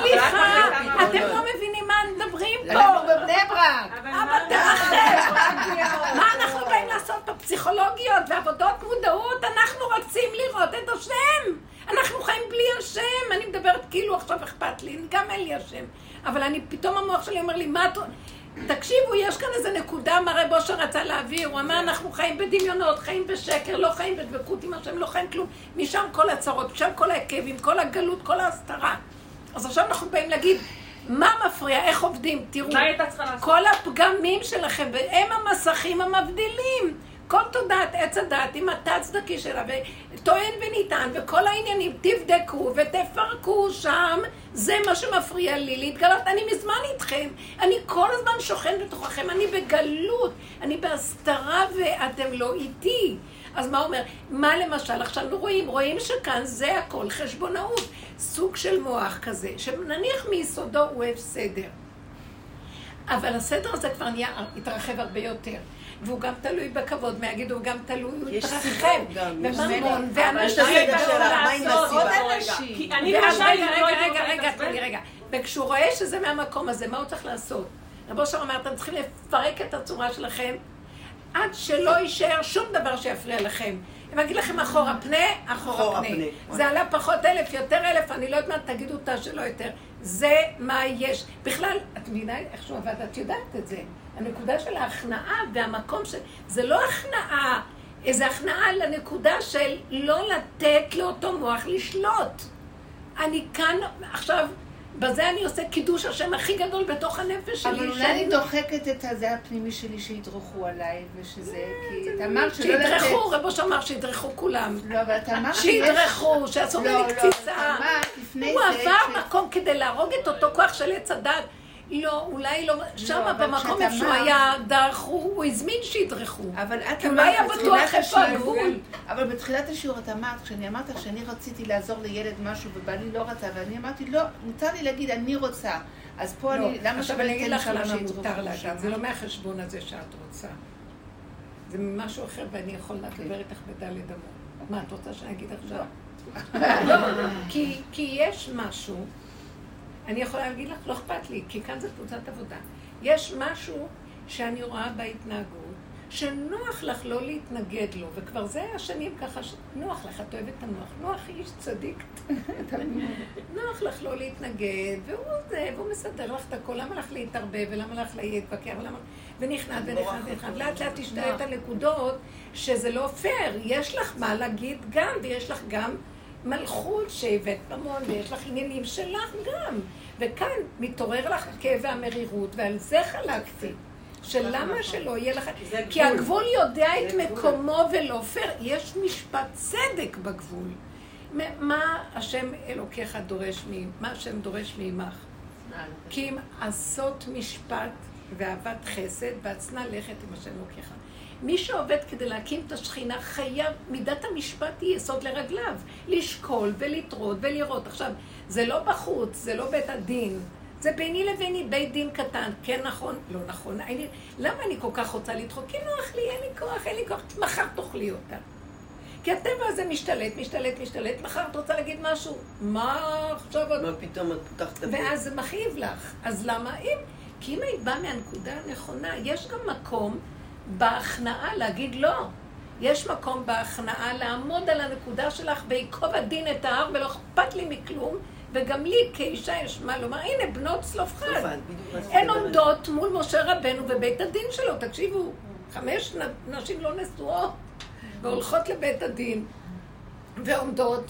אתם לא מבינים מה מדברים פה. אנחנו בבני ברק. אבא תרחב. מה אנחנו באים לעשות פה? פסיכולוגיות ועבודות מודעות? אנחנו רוצים לראות את השם. אנחנו חיים בלי השם. אני מדברת כאילו עכשיו אכפת לי, גם אין לי השם. אבל אני, פתאום המוח שלי אומר לי, מה אתה... תקשיבו, יש כאן איזה נקודה, מה רב אושר רצה להעביר, הוא אמר, אנחנו חיים בדמיונות, חיים בשקר, לא חיים בדבקות עם השם, לא חיים כלום. משם כל הצרות, משם כל העקבים, כל הגלות, כל ההסתרה. אז עכשיו אנחנו באים להגיד, מה מפריע, איך עובדים? תראו, כל הפגמים שלכם, הם המסכים המבדילים. כל תודעת עץ הדעת עם התת-צדקי שלה, וטוען וניתן, וכל העניינים, תבדקו ותפרקו שם, זה מה שמפריע לי להתגלות. אני מזמן איתכם, אני כל הזמן שוכן בתוככם, אני בגלות, אני בהסתרה ואתם לא איתי. אז מה אומר? מה למשל? עכשיו רואים שכאן זה הכל חשבונאות, סוג של מוח כזה, שנניח מיסודו הוא אוהב סדר. אבל הסדר הזה כבר נהיה, התרחב הרבה יותר. והוא גם תלוי בכבוד, מהגיד, הוא גם תלוי, הוא התרחב, וממון, ואנשים עוד אנשים. רגע, וכשהוא רואה שזה מהמקום הזה, מה הוא צריך לעשות? רב אושר אמר, אתם צריכים לפרק את הצורה שלכם, עד שלא יישאר שום דבר שיפריע לכם. אם אגיד לכם אחורה פנה, אחורה פנה. זה עלה פחות 1,000, יותר 1,000, אני לא יודעת מה, תגידו אותה שלא יותר. זה מה יש. בכלל, את מבינה איך שהוא עבד, את יודעת את זה. הנקודה של ההכנעה והמקום של... זה לא הכנעה, איזו הכנעה לנקודה של לא לתת לאותו מוח לשלוט. אני כאן, עכשיו, בזה אני עושה קידוש השם הכי גדול בתוך הנפש שלי. אבל אולי אני דוחקת את הזה הפנימי שלי שידרכו עליי, ושזה... כי אתה אמרת שלא לתת... שידרכו, רבו שאמר שידרכו כולם. לא, אבל אתה אמרת שידרכו, שעשו לי קציצה. הוא עבר מקום כדי להרוג את אותו כוח של עץ הדת. לא, אולי לא, שם במקום איפה שהוא היה דרכו, הוא הזמין שידרכו. כי אולי היה בטוח איפה הגבול. אבל בתחילת השיעור את אמרת, כשאני אמרת שאני רציתי לעזור לילד משהו ובעלי לא רצה, ואני אמרתי, לא, מותר לי להגיד, אני רוצה. אז פה אני, למה עכשיו אני אגיד לך למה מותר להגיד, זה לא מהחשבון הזה שאת רוצה. זה ממשהו אחר ואני יכול לדבר איתך בדלת אמות. מה, את רוצה שאני אגיד עכשיו? לא, כי יש משהו, אני יכולה להגיד לך, לא אכפת לי, כי כאן זה קבוצת עבודה. יש משהו שאני רואה בהתנהגות, שנוח לך לא להתנגד לו, וכבר זה השנים ככה, נוח לך, את אוהבת את הנוח, נוח איש צדיק, נוח לך לא להתנגד, והוא מסדר לך את הכל, למה לך להתערבב, ולמה לך להתווכח, ונכנעת, לאט לאט תשתעה את הנקודות, שזה לא פייר, יש לך מה להגיד גם, ויש לך גם מלכות שהבאת במון, ויש לך עניינים שלך גם, וכאן מתעורר לך הכאב והמרירות, ועל זה חלקתי. שלמה שלא יהיה לך... כי הגבול יודע את מקומו ולא פייר. יש משפט צדק בגבול. מה השם אלוקיך דורש מה השם דורש מעמך? כי אם עשות משפט ואהבת חסד והצנע לכת עם השם אלוקיך. מי שעובד כדי להקים את השכינה חייב, מידת המשפט היא יסוד לרגליו. לשקול ולטרוד ולראות. עכשיו, זה לא בחוץ, זה לא בית הדין. זה ביני לביני בית דין קטן, כן נכון, לא נכון. למה אני כל כך רוצה לדחות? כי נוח לי, אין לי כוח, מחר תאכלי אותה. כי הטבע הזה משתלט, מחר את רוצה להגיד משהו. מה עכשיו? מה פתאום את פותחת את ואז זה מכאיב לך. אז למה? כי אם היית באה מהנקודה הנכונה, יש גם מקום בהכנעה להגיד לא. יש מקום בהכנעה לעמוד על הנקודה שלך ויקוב הדין את ההר ולא אכפת לי מכלום. וגם לי כאישה יש מה לומר, הנה בנות צלופחד, הן עומדות מול משה רבנו ובית הדין שלו, תקשיבו, 5 נשים לא נשואות והולכות לבית הדין ועומדות,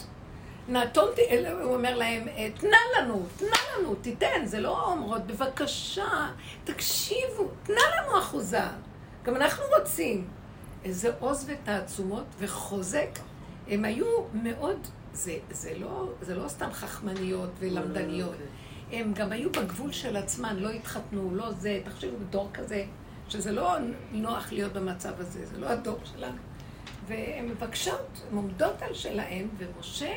הוא אומר להם, תנה לנו, תיתן, זה לא אומרות, בבקשה, תקשיבו, תנה לנו אחוזה, גם אנחנו רוצים, איזה עוז ותעצומות וחוזק, הם היו מאוד, זה לא סתם חכמניות ולמדניות. הם גם היו בגבול של עצמן, לא התחתנו, לא זה, תחשבו בדור כזה, שזה לא נוח להיות במצב הזה, זה לא הדור שלנו. והן מבקשות, הן עומדות על שלהן, ומשה,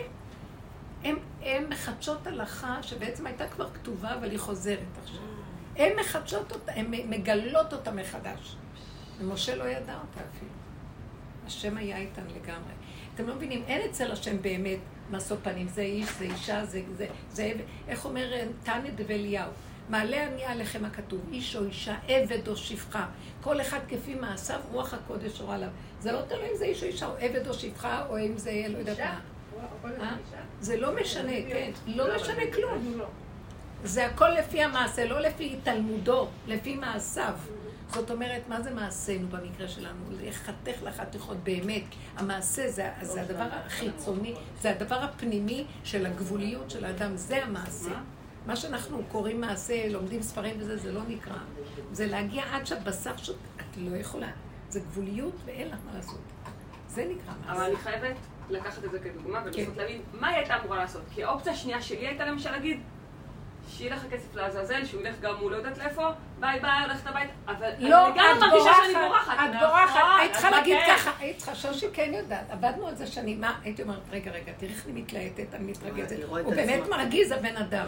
הן מחדשות הלכה שבעצם הייתה כבר כתובה, אבל היא חוזרת עכשיו. הן מחדשות אותה, הן מגלות אותה מחדש. ומשה לא ידע אותה אפילו. השם היה איתן לגמרי. אתם לא מבינים, אין אצל השם באמת משוא פנים, זה איש, זה אישה, זה איך אומר תנא דאליהו, מעלה אני עליכם הכתוב, איש או אישה, עבד או שפחה, כל אחד כפי מעשיו, רוח הקודש אורה עליו. זה לא תלוי אם זה איש או אישה, או עבד או שפחה, או אם זה לא יודעת מה. זה לא משנה, כן, לא משנה כלום. זה הכל לפי המעשה, לא לפי תלמודו, לפי מעשיו. זאת אומרת, מה זה מעשינו במקרה שלנו? לחתך לחתיכות באמת. המעשה זה הדבר החיצוני, זה הדבר הפנימי של הגבוליות של האדם, זה המעשה. מה שאנחנו קוראים מעשה, לומדים ספרים וזה, זה לא נקרא. זה להגיע עד שהבשר שאת לא יכולה. זה גבוליות ואין לך מה לעשות. זה נקרא מעשה. אבל אני חייבת לקחת את זה כדוגמה ולנסות להבין מה היא הייתה אמורה לעשות. כי האופציה השנייה שלי הייתה למשל להגיד, שיהיה לך כסף לעזאזל, שהוא ילך גם הוא לא יודעת לאיפה, ביי ביי, הולכת הבית, אבל אני גם מרגישה שאני בורחת. את בורחת, היית צריכה להגיד ככה, היית צריכה שושי כן יודעת, עבדנו על זה שנים, מה? הייתי אומרת, רגע, תראי איך אני מתלהטת, אני מתרגזת, הוא באמת מרגיז הבן אדם.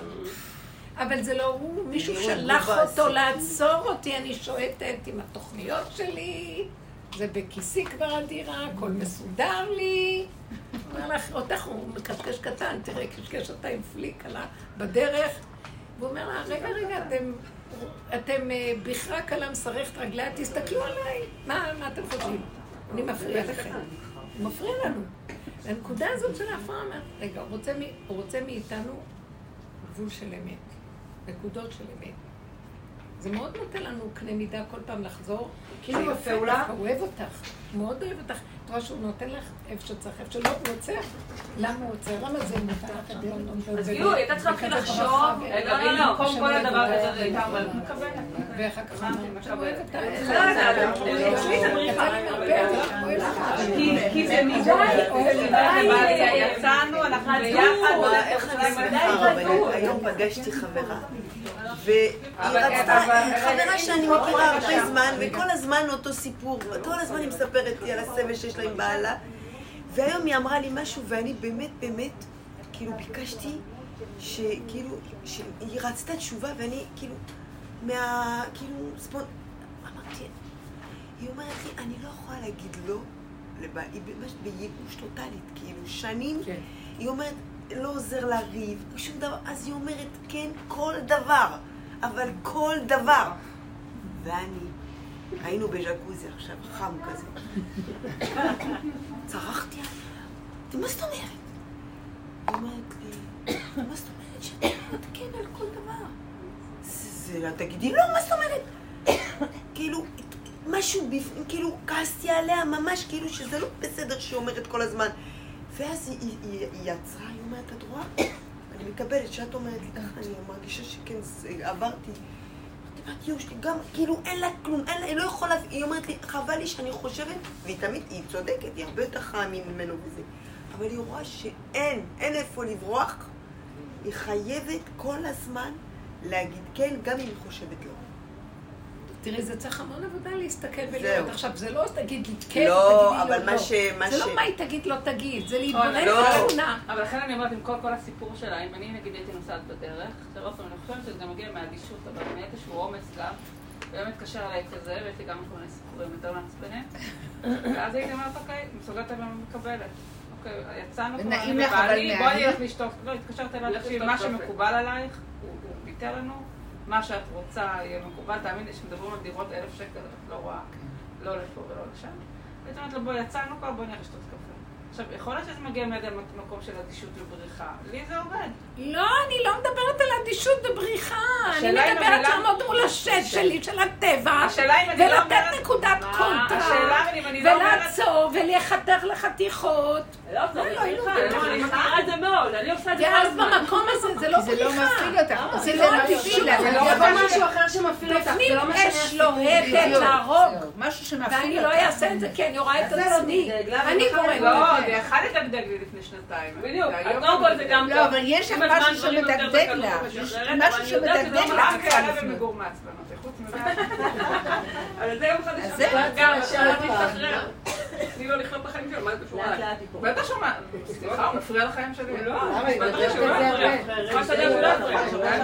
אבל זה לא הוא, מישהו שלח אותו לעצור אותי, אני שואטת עם התוכניות שלי, זה בכיסי כבר הדירה, הכל מסודר לי. אומר לך, אותך הוא מקשקש קטן, תראי, קשקש אותה עם פליק עלה בדרך. והוא אומר לה, רגע, אתם בכרה קלה מסרכת רגליה, תסתכלו עליי. מה אתם חושבים? אני מפריע לכם. הוא מפריע לנו. הנקודה הזאת של ההפרעה אומרת, רגע, הוא רוצה מאיתנו גבול של אמת. נקודות של אמת. זה מאוד נותן לנו קנה מידה כל פעם לחזור. כאילו בפעולה. הוא אוהב אותך, הוא מאוד אוהב אותך. את רואה שהוא נותן לך איפה שצריך, איפה שלא הוא עוצר. למה הוא עוצר? למה זה מותר לך? אז כאילו, הייתה צריכה להתחיל לחשוב. לא, במקום כל הדבר הזה הייתה אומרת, מקבלת. ואחר כך הוא אוהב אותך. אצלי זה בריחה. כי זה מדי. יצאנו, אנחנו ביחד. איך אני שמחה, היום פגשתי חברה. והיא רצתה, חברה שאני מכירה הרבה זמן, וכל הזמן אותו סיפור, כל הזמן היא מספרת לי על הסבל שיש לה עם בעלה, והיום היא אמרה לי משהו, ואני באמת, כאילו ביקשתי, שכאילו, שהיא רצתה תשובה, ואני כאילו, אמרתי, היא אומרת לי, אני לא יכולה להגיד לא, היא ממש בייאוש טוטלית, כאילו, שנים, היא אומרת, לא עוזר לה ריב, שום דבר, אז היא אומרת, כן, כל דבר, אבל כל דבר. ואני היינו בז'קוזי עכשיו, חם כזה. צרחתי עליה. מה זאת אומרת? היא אומרת לי, מה זאת אומרת שאתה מתקן על כל דבר? זה, תגידי, לא, מה זאת אומרת? כאילו, משהו בפנים, כאילו, כעסתי עליה ממש, כאילו שזה לא בסדר שהיא אומרת כל הזמן. ואז היא יצרה, היא אומרת, את רואה? אני מקבלת שאת אומרת לי ככה, אני מרגישה שכן, עברתי. אמרתי, יו, שלי גם, כאילו, אין לה כלום, היא לא יכולה, היא אומרת לי, חבל לי שאני חושבת, והיא תמיד, היא צודקת, היא הרבה יותר חכמה ממנו וזה. אבל היא רואה שאין איפה לברוח, היא חייבת כל הזמן להגיד כן, גם אם היא חושבת לא. תראי, זה צריך המון עבודה להסתכל ולראות. עכשיו, זה לא תגיד לי כן, לא, תגידי אבל לא, מה לא. ש... זה לא מה היא תגיד לא תגיד, זה להתבונן לא. בתמונה. אבל לכן אני אומרת, עם כל הסיפור שלה, אם אני נגיד הייתי נוסעת בדרך, עכשיו אני חושבת שזה מגיע מהאדישות, אבל מאיזשהו עומס גם, באמת קשר עליי כזה, ויש לי גם כל מיני סיפורים יותר מעצבנים, ואז הייתי אומרת, אוקיי, מסוגלת ומקבלת. אוקיי, יצאנו כבר, ובעלי, בואי נלך לשתות, לא, התקשרת אליי, תקשיב, מה שמקובל עלייך, הוא ביטר לנו, מה שאת רוצה יהיה מקובל, תאמין לי שמדברים על דירות 1,000 שקל, את לא רואה, לא לפה ולא לשם. הייתי אומרת לו, בואי, יצאנו כבר, בואי נלך לשתות קפה. עכשיו, יכול להיות שזה מגיע מקום של אדישות ובריחה. לי זה עובד. לא, אני לא מדברת על אדישות ובריחה. אני מדברת לעמוד מול השד שלי, של הטבע, ולתת נקודת קונטרה, ולעצור, ולחתך לחתיכות. לא, אני מכירה את זה מאוד, אני עושה את זה ואז במקום הזה, זה לא בריחה. זה לא מפעיל אותך. זה לא מפעיל אותך. זה לא משהו אחר שמפעיל אותך. בפנים אש לוהטת להרוג. משהו שמפעיל ואני אותך. לא אעשה את זה כי אני רואה את עצמי. אני קוראת לא, את זה. זה אחד לדגדג לי לפני שנתיים. בדיוק, קודם כל זה גם לא, אבל יש לך משהו שמדגדג לה. משהו שמדגדג לה. רק היה במגור מעצבנות, חוץ מזה. אבל זה יום אחד גם שאלתי להשתחרר. אני לא לחיות בחיים שלו, מה זה קשור עליי? בטח שומע, סליחה, הוא מפריע לחיים שלי. לא, בטח שהוא לא מפריע. מה שאתה יודע שהוא לא מפריע.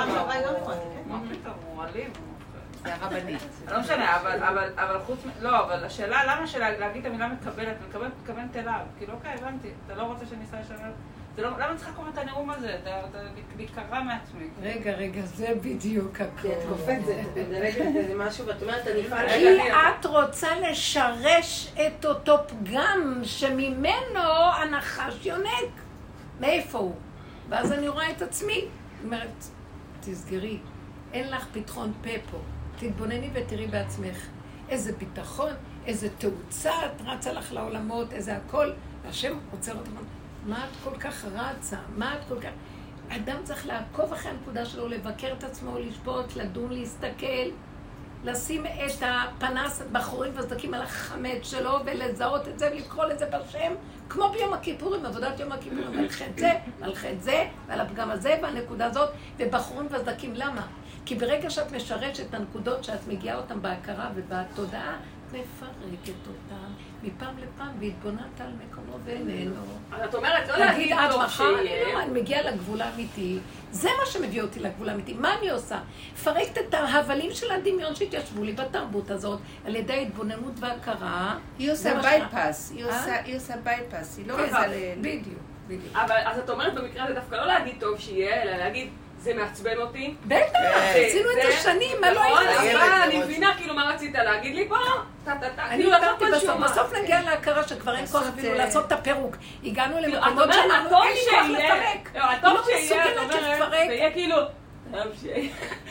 מה פתאום, הוא אלים. זה הרבנית. לא משנה, אבל חוץ לא, אבל השאלה, למה להגיד את המילה מקבלת, מתכוונת אליו? כאילו, אוקיי, הבנתי, אתה לא רוצה שאני אסע לשם, למה צריכה לקום את הנאום הזה? אתה להיקרא מעצמי. רגע, זה בדיוק הכל. את קופצת, את מדלגת איזה משהו, ואת אומרת, אני אפעל כי את רוצה לשרש את אותו פגם שממנו הנחש יונק. מאיפה הוא? ואז אני רואה את עצמי. אומרת, תסגרי, אין לך פתחון פה פה. תתבונני ותראי בעצמך. איזה ביטחון, איזה תאוצה את רצה לך לעולמות, איזה הכל. והשם עוצר אותך. מה את כל כך רצה? מה את כל כך... אדם צריך לעקוב אחרי הנקודה שלו, לבקר את עצמו, לשפוט, לדון, להסתכל, לשים את הפנס, בחורים וסדקים על החמד שלו, ולזהות את זה ולקרוא לזה בשם, כמו ביום הכיפורים, עבודת יום הכיפורים, על חטא זה, על חטא זה, ועל הפגם הזה, והנקודה הזאת, ובחורים וסדקים. למה? כי ברגע שאת משרשת את הנקודות שאת מגיעה אותן בהכרה ובתודעה, את מפרקת אותן מפעם לפעם, והתבוננת על מקומו ואיננו. את אומרת, לא להגיד טוב שיהיה. לא, אני מגיעה לגבול האמיתי. זה מה שמביא אותי לגבול האמיתי. מה אני עושה? פרקת את ההבלים של הדמיון שהתיישבו לי בתרבות הזאת, על ידי התבוננות והכרה. היא עושה בייפס, היא עושה בייפס, היא לא עושה בדיוק. אבל אז את אומרת במקרה הזה דווקא לא להגיד טוב שיהיה, אלא להגיד, זה מעצבן אותי. בטח, עשינו את השנים, מה לא יכולים? אני מבינה כאילו מה רצית להגיד לי פה? אני הכרתי בסוף נגיע להכרה שכבר אין כוח אפילו לעשות את הפירוק. הגענו למקומות שאנחנו אין לי כוח לפרק. הטוב שיהיה, את אומרת, אומרת, זה יהיה כאילו... טוב שיהיה.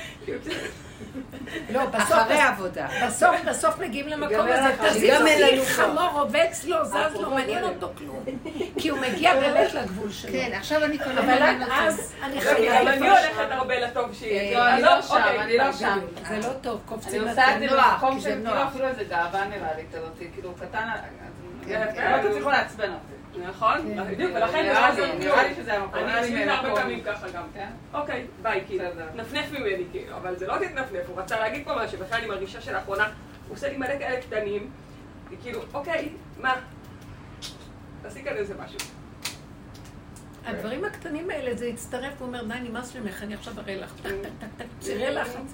לא, אחרי העבודה. בסוף מגיעים למקום הזה, תזיז אותי, חמור רובץ לו, זז לו, מעניין אותו כלום. כי הוא מגיע באמת לגבול שלו. כן, עכשיו אני כל אבל אז אני חייבת... אבל אני הולכת הרבה לטוב שיהיה. אני לא שם, אני לא שם. זה לא טוב, אני קופצים עושה את זה במקום של כאילו אפילו איזה גאווה נראה לי כזאת, כאילו קטן, לא תצליחו לעצבן אותי. נכון? בדיוק, ולכן נראה לי שזה המקום. אני אשמין הרבה פעמים ככה גם. אוקיי, ביי, כאילו, נפנף ממני, כאילו, אבל זה לא תתנפנף, הוא רצה להגיד פה משהו, בכלל אני מרגישה שלאחרונה, הוא עושה לי מלא כאלה קטנים, וכאילו, אוקיי, מה? תעשי כאן איזה משהו. הדברים הקטנים האלה, זה יצטרף, הוא אומר, די, נמאס ממך, אני עכשיו אראה לך, טק, טק, טק, טק, צירי לחץ.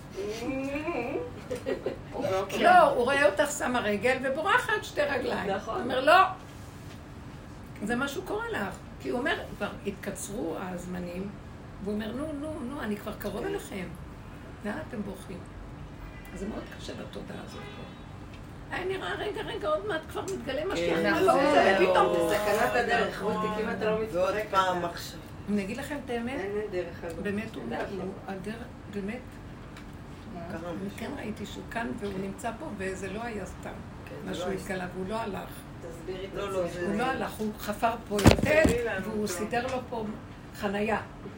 לא, הוא רואה אותך שמה רגל ובורחת שתי רגליים. נכון. הוא אומר, לא. זה משהו קורה לך. כי הוא אומר, כבר התקצרו הזמנים, והוא אומר, נו, אני כבר קרוב אליכם. לאן אתם בורחים? אז זה מאוד קשה בתודעה הזאת פה. היה נראה, רגע, עוד מעט כבר מתגלה משהו. ופתאום סכנת הדרך, רותי, אם אתה לא מתפרק. ועוד פעם עכשיו. אני אגיד לכם את האמת, באמת הוא הדרך, באמת, אני כן ראיתי שהוא כאן והוא נמצא פה וזה לא היה סתם. משהו התגלה והוא לא הלך. תסבירי את זה. הוא לא הלך, הוא חפר פה יותר והוא סידר לו פה חנייה.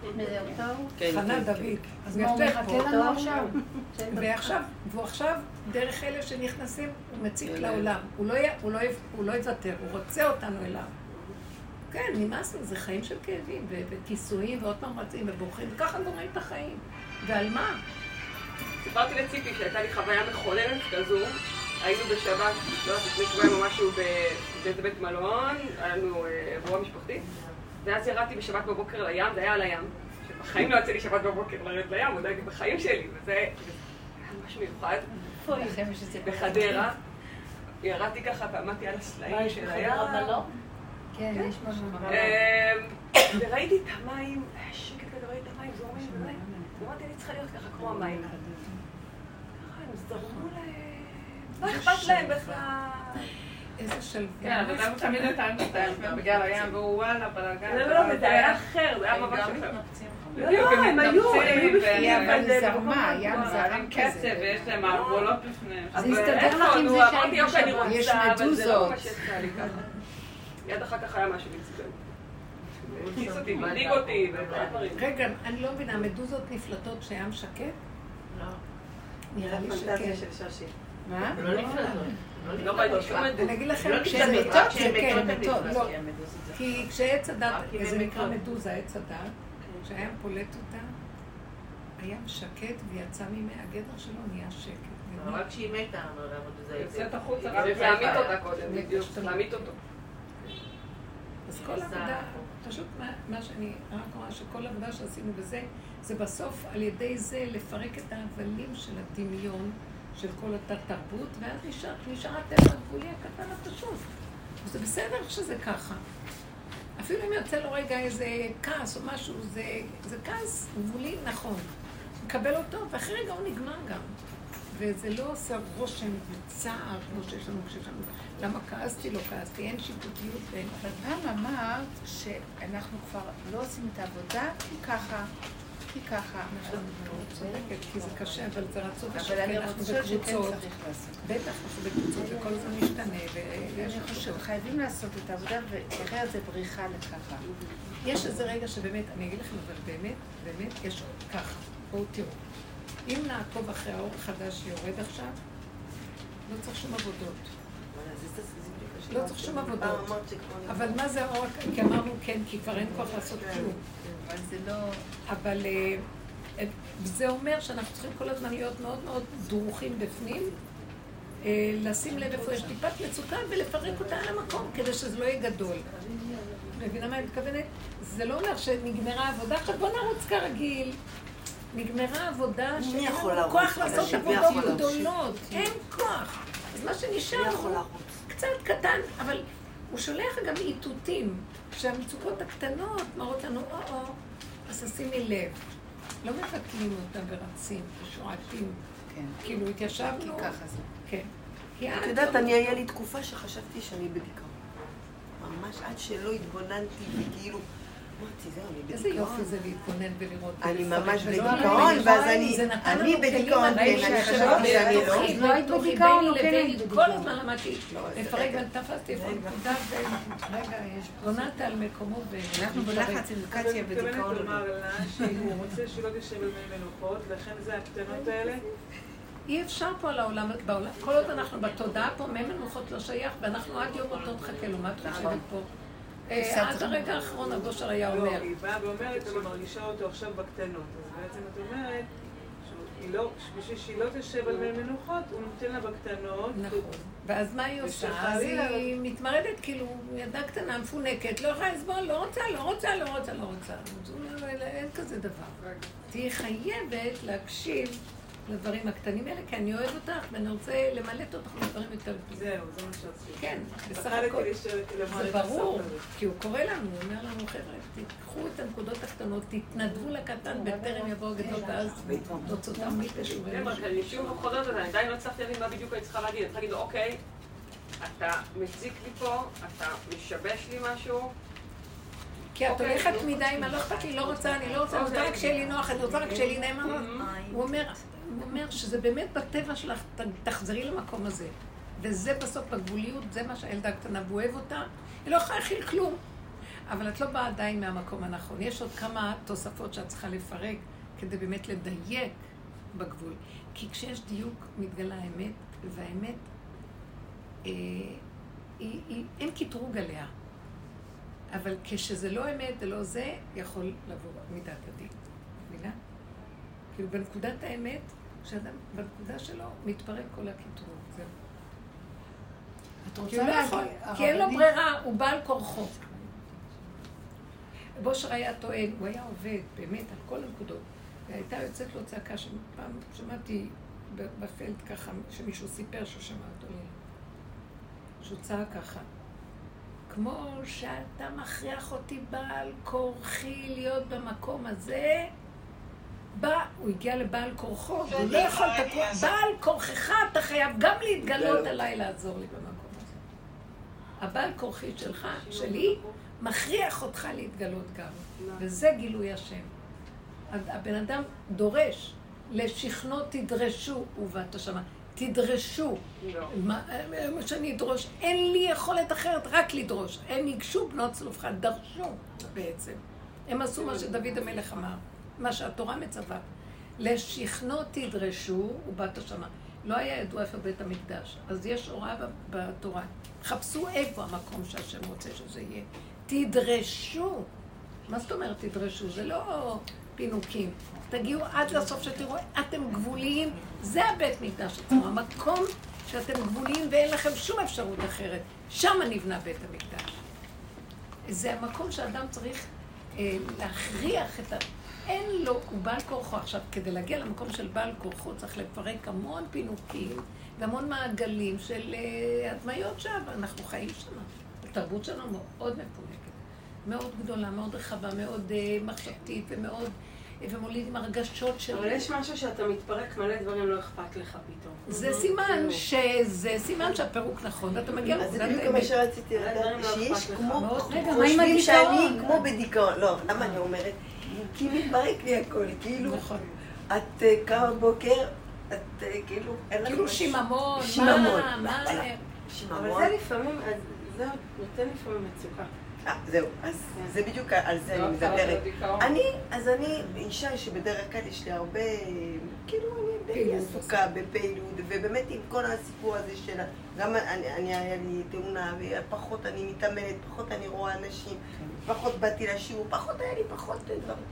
חנה דוד. אז מה הוא מחכה לנו עכשיו? והוא עכשיו, דרך אלה שנכנסים, הוא מציק לעולם. הוא לא יוותר, הוא רוצה אותנו אליו. כן, נמאס לו, זה חיים של כאבים וכיסויים ועוד פעם רצים ובורחים, וככה גומרים את החיים. ועל מה? סיפרתי לציפי שהייתה לי חוויה מכוננת כזו. היינו בשבת, לא יודעת, לפני שבועיים או משהו באיזה בית מלון, היה לנו אירוע משפחתי, ואז ירדתי בשבת בבוקר לים, זה היה על הים, שבחיים לא יצא לי שבת בבוקר לרד לים, עוד הייתי בחיים שלי, וזה היה משהו מיוחד. בחדרה, ירדתי ככה ועמדתי על הסלעים של הים. כן, יש משהו. וראיתי את המים, היה שקט כזה, ראיתי את המים זורמים, ואמרתי, אני צריכה להיות ככה כמו המים. ככה, הם זרמו להם. מה אכפת להם בכלל? איזה שלווה. כן, אבל גם תמיד נתן אותם בגלל הים, והוא וואלה בלגן. לא, זה היה אחר, זה היה ממש אחר. בדיוק, הם אבל זה זרמה, ים זרם קצב, ויש להם מערבולות בפניהם. זה הסתדר לך עם זה אמרתי, יופי, אני רוצה, יש אבל זה לא מדוזות. מה שיצא לי ככה. מיד אחר כך היה משהו מצטער. הכניס אותי, מדאיג אותי, ודברים. רגע, אני לא מבינה, מדוזות נפלטות שהים שקט? לא. נראה לי פנטזיה שכן. של שושי. מה? לא נפלטות. לא ראיתי שום מדוז. אני אגיד לכם, כשהן כשהן מתות, זה כן, מתות. לא. כי כשעץ הדת, זה נקרא מדוזה, עץ הדת, כשהים פולט אותה, הים שקט ויצא מהגדר שלו, נהיה שקט. רק כשהיא מתה, אבל זה יוצאת החוצה רק צריך להעמיד אותה קודם, בדיוק, צריך להעמיד אותו. אז כל עבודה, פשוט מה שאני רק רואה שכל עבודה שעשינו בזה, זה בסוף על ידי זה לפרק את ההבלים של הדמיון של כל התרבות, ואז נשאר הטבע הגבולי הקטן הפשוט. וזה בסדר שזה ככה. אפילו אם יוצא לו רגע איזה כעס או משהו, זה כעס גבולי נכון. מקבל אותו, ואחרי רגע הוא נגמר גם. וזה לא עושה רושם וצער כמו שיש לנו כשיש לנו. למה כעסתי? לא כעסתי, אין שיפוטיות ואין. אבל פעם אמרת שאנחנו כבר לא עושים את העבודה כי ככה. צודקת, כי זה קשה, אבל זה רצון אבל אני חושבת שכן צריך לעשות. בטח, אנחנו בקבוצות, וכל זה משתנה, ויש אני חושבת, חייבים לעשות את העבודה, ואחרת זה בריחה לככה. יש איזה רגע שבאמת, אני אגיד לכם, אבל באמת יש ככה. בואו תראו. אם נעקוב אחרי האור החדש שיורד עכשיו, לא צריך שום עבודות. לא צריך שום עבודות. אבל מה זה האור? כי אמרנו כן, כי כבר אין כוח לעשות כלום. אבל זה לא... אבל זה אומר שאנחנו צריכים כל הזמן להיות מאוד מאוד דרוכים בפנים, לשים לב איפה יש טיפת מצוקה ולפרק אותה על המקום, כדי שזה לא יהיה גדול. מבינה מה אני מתכוונת? זה לא אומר שנגמרה העבודה, עכשיו בוא נרוץ כרגיל. נגמרה עבודה שאין לנו כוח לעשות עבודות גדולות. אין כוח. אז מה שנשאר הוא קצת קטן, אבל הוא שולח גם איתותים, שהמצוקות הקטנות מראות לנו, אז שימי לב. לא מבטלים אותם ורצים, ושועטים. כאילו התיישבנו. כי ככה זה. כן. את יודעת, היה לי תקופה שחשבתי שאני בדיכאון. ממש עד שלא התבוננתי וכאילו... איזה יופי זה להתבונן ולראות. אני ממש בדיכאון, ואז אני בדיכאון, אני חשבתי שאני לא. לא היית בדיכאון, לא כן. כל הזמן למדתי לפרק ותפסתי איפה נקודה ורגע, לא נעתה על מקומו אנחנו בלחץ עם קציה בדיכאון. הוא אמר לה שהוא רוצה שלא תשב על מי מנוחות, לכן זה הקטנות האלה. אי אפשר פה על העולם, כל עוד אנחנו בתודעה פה, מי מנוחות לא שייך, ואנחנו עד יום אותו תחכה לו, מה את חושבת פה? עד הרגע האחרון הגושר היה אומר. לא, היא באה ואומרת שהיא מרגישה אותו עכשיו בקטנות. אז בעצם את אומרת, בשביל שהיא לא תשב על מי מנוחות, הוא נותן לה בקטנות. נכון. ואז מה היא עושה? אז היא מתמרדת כאילו, ידה קטנה, מפונקת, לא יכולה לסבול, לא רוצה. אין כזה דבר. תהי חייבת להקשיב לדברים הקטנים האלה, כי אני אוהב אותך ואני רוצה למלט אותך לדברים יותר טובים. זהו, זה מה שרציתי. כן, בסך הכל. זה ברור, כי הוא קורא לנו, הוא אומר לנו, חבר'ה, תיקחו את הנקודות הקטנות, תתנדבו לקטן בטרם יבוא הגדול, ואז תוצאותם מתשוב. כן, רק אני שוב בוחדות, אני עדיין לא הצלחתי להבין מה בדיוק אני צריכה להגיד. אני צריכה להגיד לו, אוקיי, אתה מציק לי פה, אתה משבש לי משהו. כי את הולכת מדי, מה לא אכפת לי, לא רוצה, אני לא רוצה, אני רוצה רק שיהיה לי נוח, אני רוצה רק שיהיה לי נאמן. הוא אומר שזה באמת בטבע שלך, תחזרי למקום הזה. וזה בסוף בגבוליות, זה מה שהילדה הקטנה, והוא אוהב אותה, היא לא יכולה להכיל כלום. אבל את לא באה עדיין מהמקום הנכון. יש עוד כמה תוספות שאת צריכה לפרק, כדי באמת לדייק בגבול. כי כשיש דיוק, מתגלה האמת, והאמת, אין קטרוג עליה. אבל כשזה לא אמת ולא זה, יכול לבוא מידת הדין. מבינה? כאילו בנקודת האמת, כשאדם בנקודה שלו מתפרק כל הקטרוג. זהו. את רוצה כי הוא לא יכול, כי אין לו ברירה, הוא בעל כורחו. בושר היה טוען, הוא היה עובד באמת על כל הנקודות. והייתה יוצאת לו צעקה שפעם שמעתי בפלד ככה, שמישהו סיפר ששמע אותו לי. שהוא צעק ככה. כמו שאתה מכריח אותי בעל כורחי להיות במקום הזה, הוא הגיע לבעל כורחו, הוא לא יכול, בעל כורחך אתה חייב גם להתגלות עליי לעזור לי במקום הזה. הבעל כורחי שלך, שלי, מכריח אותך להתגלות גם, וזה גילוי השם. הבן אדם דורש, לשכנו תדרשו, ובאת שמה, תדרשו. מה שאני אדרוש, אין לי יכולת אחרת, רק לדרוש. הם ייגשו בנות צלופך, דרשו בעצם. הם עשו מה שדוד המלך אמר, מה שהתורה מצווה. לשכנו תדרשו, ובאת שמה. לא היה ידוע איפה בית המקדש, אז יש הוראה בתורה. חפשו איפה המקום שהשם רוצה שזה יהיה. תדרשו. מה זאת אומרת תדרשו? זה לא פינוקים. תגיעו עד לסוף שתראו, אתם גבוליים, זה הבית מקדש עצמו, המקום שאתם גבוליים ואין לכם שום אפשרות אחרת. שם נבנה בית המקדש. זה המקום שאדם צריך להכריח את אין לו, הוא בעל כורחו. עכשיו, כדי להגיע למקום של בעל כורחו, צריך לפרק המון פינוקים והמון מעגלים של הדמיות שם. אנחנו חיים שם. התרבות שלנו מאוד מפונקת, מאוד גדולה, מאוד רחבה, מאוד מחשבתית ומאוד... ומוליד עם הרגשות של... אבל יש משהו שאתה מתפרק מלא דברים לא אכפת לך פתאום. זה סימן שהפירוק נכון, ואתה מגיע... אז זה בדיוק מה שרציתי לדעת, שיש כמו... חושבים שאני כמו בדיכאון. לא, למה אני אומרת? כי מתפרק לי הכל, כאילו... את קמה בבוקר, את כאילו... כאילו שיממון, מה? אבל זה לפעמים, זה נותן לפעמים מצוקה. זהו, אז זה בדיוק על זה אני מדברת. אז אני אישה שבדרך כלל יש לי הרבה, כאילו אני די עסוקה בפעילות, ובאמת עם כל הסיפור הזה של, גם היה לי תאונה, ופחות אני מתאמנת, פחות אני רואה אנשים, פחות באתי לשיעור, פחות היה לי פחות דברים.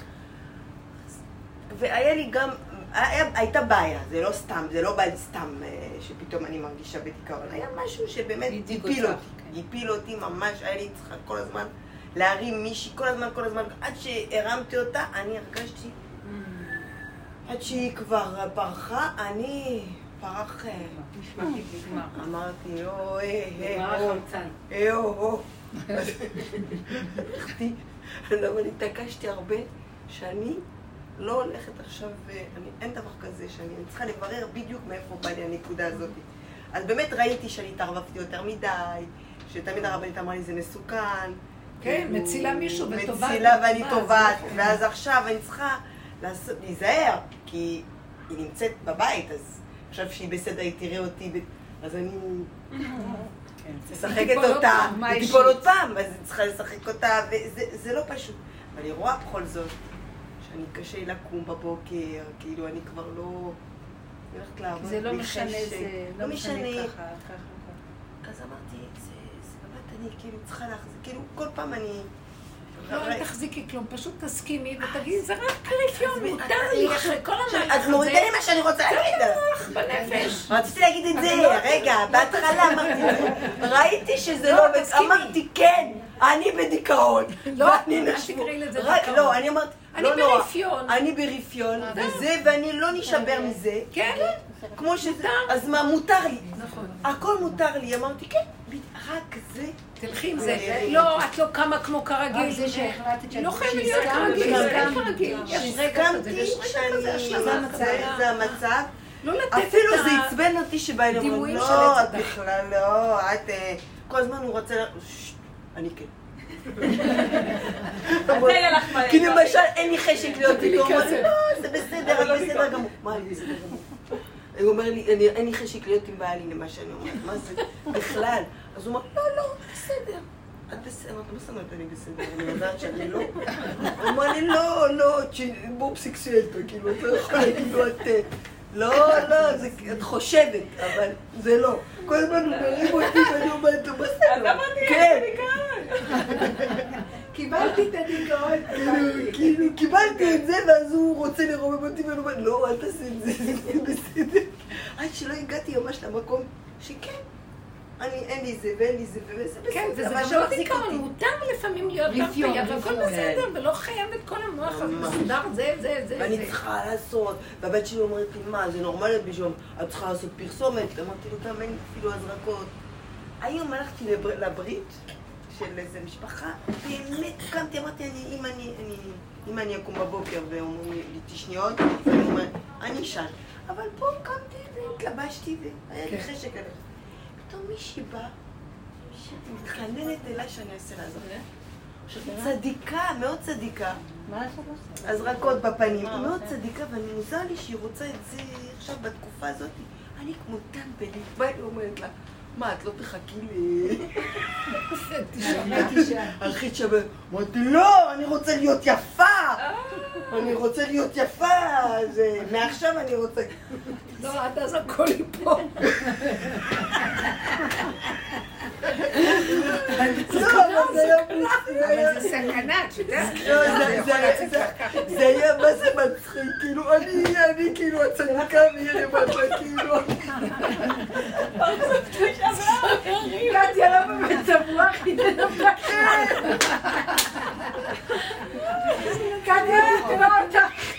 והיה לי גם, הייתה בעיה, זה לא סתם, זה לא בא סתם שפתאום אני מרגישה בדיכאון, היה משהו שבאמת הפיל אותי ממש, היה לי צריכה כל הזמן להרים מישהי, כל הזמן, עד שהרמתי אותה, אני הרגשתי, עד שהיא כבר פרחה, אני פרח, אמרתי, אבל התעקשתי הרבה שאני לא הולכת עכשיו, אין דבר כזה שאני צריכה לברר בדיוק מאיפה בא לי הנקודה הזאת. אז באמת ראיתי שאני התערבבתי יותר מדי, שתמיד הרבנית אמרה לי זה מסוכן. כן, מצילה מישהו וטובעת. מצילה ואני טובעת, ואז עכשיו אני צריכה להיזהר, כי היא נמצאת בבית, אז עכשיו שהיא בסדר, היא תראה אותי, אז אני משחקת אותה, ותיפול עוד פעם, אז אני צריכה לשחק אותה, וזה לא פשוט. אבל אני רואה בכל זאת, שאני קשה לקום בבוקר, כאילו אני כבר לא... הולכת לעבוד. זה לא משנה, זה לא משנה ככה. אז אמרתי, זה באמת אני כאילו צריכה להחזיר, כאילו כל פעם אני לא, אל תחזיקי כלום, פשוט תסכימי ותגידי, זה רק רפיון, מותר לי, אחרי כל המהלך הזה. את מורידה לי מה שאני רוצה להגיד. בנפש. רציתי להגיד את זה, רגע, בהתחלה אמרתי את זה. ראיתי שזה לא, אמרתי כן, אני בדיכאון. לא, אל תקראי לזה דיכאון. לא, אני אמרתי, אני ברפיון. אני ברפיון, וזה, ואני לא נשבר מזה. כן. כמו שזה, אז מה, מותר לי. נכון. הכל מותר לי, אמרתי, כן, רק זה. תלכי עם זה. לא, את לא קמה כמו כרגיל. זה שהחלטת לא חייב להיות כרגיל, זה כרגיל. יש רגע כזה, הסכמתי יש רגע כזה השלמה. זה המצב. לא לתת אפילו את זה עצבן אותי שבא אליו, הדימויים של לא, עץ את הדת. בכלל לא, את כל הזמן הוא רוצה, אני כן. כי למשל אין לי חשק להיות איתו, הוא אומר לי, לא, זה בסדר, את בסדר גמור. מה, אני בסדר גמור? הוא אומר לי, אין לי חשק להיות עם בעלי למה שאני אומרת, מה זה בכלל? אז הוא אומר, לא, בסדר. את בסדר, מה זאת אומרת אני בסדר? אני יודעת שאני לא. הוא אומר לי, לא, בוב סקסואלטו, כאילו, אתה יכול להגיד לו, את... לא, את חושבת, אבל זה לא. כל הזמן הוא מרים אותי ואני אומרת לו, בסדר. אז אמרתי, כן. קיבלתי את הדיכאון. כאילו, קיבלתי את זה, ואז הוא רוצה לרומם אותי, ואני אומרת, לא, אל תעשה את זה, זה בסדר. עד שלא הגעתי ממש למקום שכן, אין לי זה ואין לי זה, וזה בסדר. כן, וזה גם לא דיכאון, מותר לפעמים להיות רפיון, והכל בסדר, ולא חייבת כל המוח המסודר, זה. ואני צריכה לעשות, והבת שלי אומרת לי, מה, זה נורמלי בשביל, את צריכה לעשות פרסומת, אמרתי לו, גם אין אפילו הזרקות. היום הלכתי לברית של איזה משפחה, באמת קמתי, אמרתי, אם אני אקום בבוקר ואומרים לי תשניות, ואני אומרת, אני אשן. אבל פה קמתי והתלבשתי והיה לי חשק עליך. פתאום מישהי באה, מתחננת אליי שאני אעשה לה זרקות. צדיקה, מאוד צדיקה. מה לעשות לעשות? הזרקות בפנים, היא מאוד צדיקה, ואני מוזר לי שהיא רוצה את זה עכשיו בתקופה הזאת. אני כמו טמבלית, באה היא אומרת לה, מה, את לא תחכי לי? הלכית שווה, אמרתי, לא, אני רוצה להיות יפה! אני רוצה להיות יפה, מעכשיו אני רוצה... לא, עד אז הכל פה. אבל זה סכנה, את יודעת? זה היה מה זה מצחיק, כאילו, אני כאילו הצדיקה ויהיה למטה, כאילו. הגעתי עליו במצב רוח, היא תנפק. הגעתי לתראה אותך.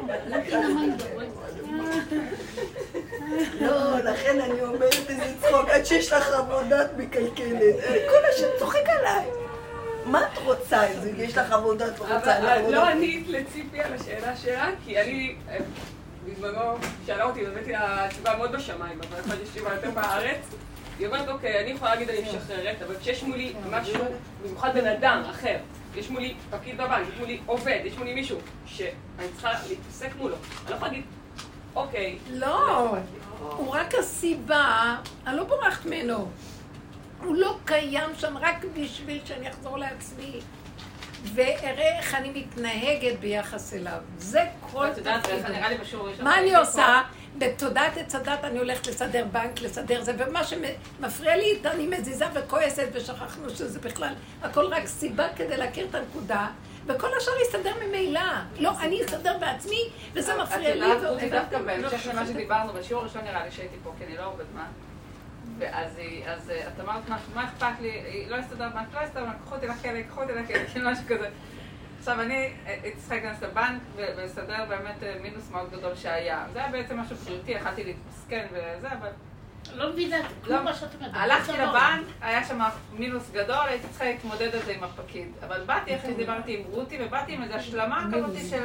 לא, לכן אני אומרת איזה צחוק, עד שיש לך עבודת מקלקלת. כל השם צוחק עליי. מה את רוצה? יש לך עבודה, את לא רוצה עליי עבודה? לא ענית לציפי על השאלה שלה, כי אני, בזמנו, שאלה אותי, הבאתי לה תשובה מאוד בשמיים, אבל אחד יש תשובה יותר בארץ. היא אומרת, אוקיי, אני יכולה להגיד אני משחררת, אבל כשיש מולי משהו, במיוחד בן אדם אחר, יש מולי פקיד בבנק, יש מולי עובד, יש מולי מישהו שאני צריכה להתעסק מולו, אני לא יכולה להגיד, אוקיי. לא, הוא רק הסיבה, אני לא בורחת ממנו. הוא לא קיים שם רק בשביל שאני אחזור לעצמי ואראה איך אני מתנהגת ביחס אליו. זה כל תפקיד. מה אני עושה? בתודעת עץ הדת אני הולכת לסדר בנק, לסדר זה, ומה שמפריע לי, אני מזיזה וכועסת, ושכחנו שזה בכלל הכל רק סיבה כדי להכיר את הנקודה, וכל השאר יסתדר ממילא. לא, אני אסתדר בעצמי, וזה מפריע לי. את יודעת, דווקא בהמשך למה שדיברנו, בשיעור הראשון נראה לי שהייתי פה, כי אני לא הרבה זמן. ואז את אמרת משהו, מה אכפת לי, היא לא הסתדרת, לא הסתדרת, קחו אותי לכלא, כאילו משהו כזה. עכשיו אני הייתי צריכה להיכנס לבנק ולסדר באמת מינוס מאוד גדול שהיה. זה היה בעצם משהו בריאותי, יכלתי להתמסכן וזה, אבל... לא מבינה, כלום מה שאת אומרת. הלכתי לבנק, היה שם מינוס גדול, הייתי צריכה להתמודד על זה עם הפקיד. אבל באתי אחרי שדיברתי עם רותי, ובאתי עם איזו השלמה כזאת של...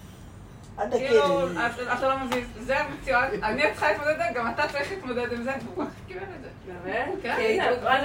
כאילו, אתה לא מבין, זה המציאות, אני צריכה להתמודד, גם אתה צריך להתמודד עם זה, והוא רק קיבל את זה. באמת? כן,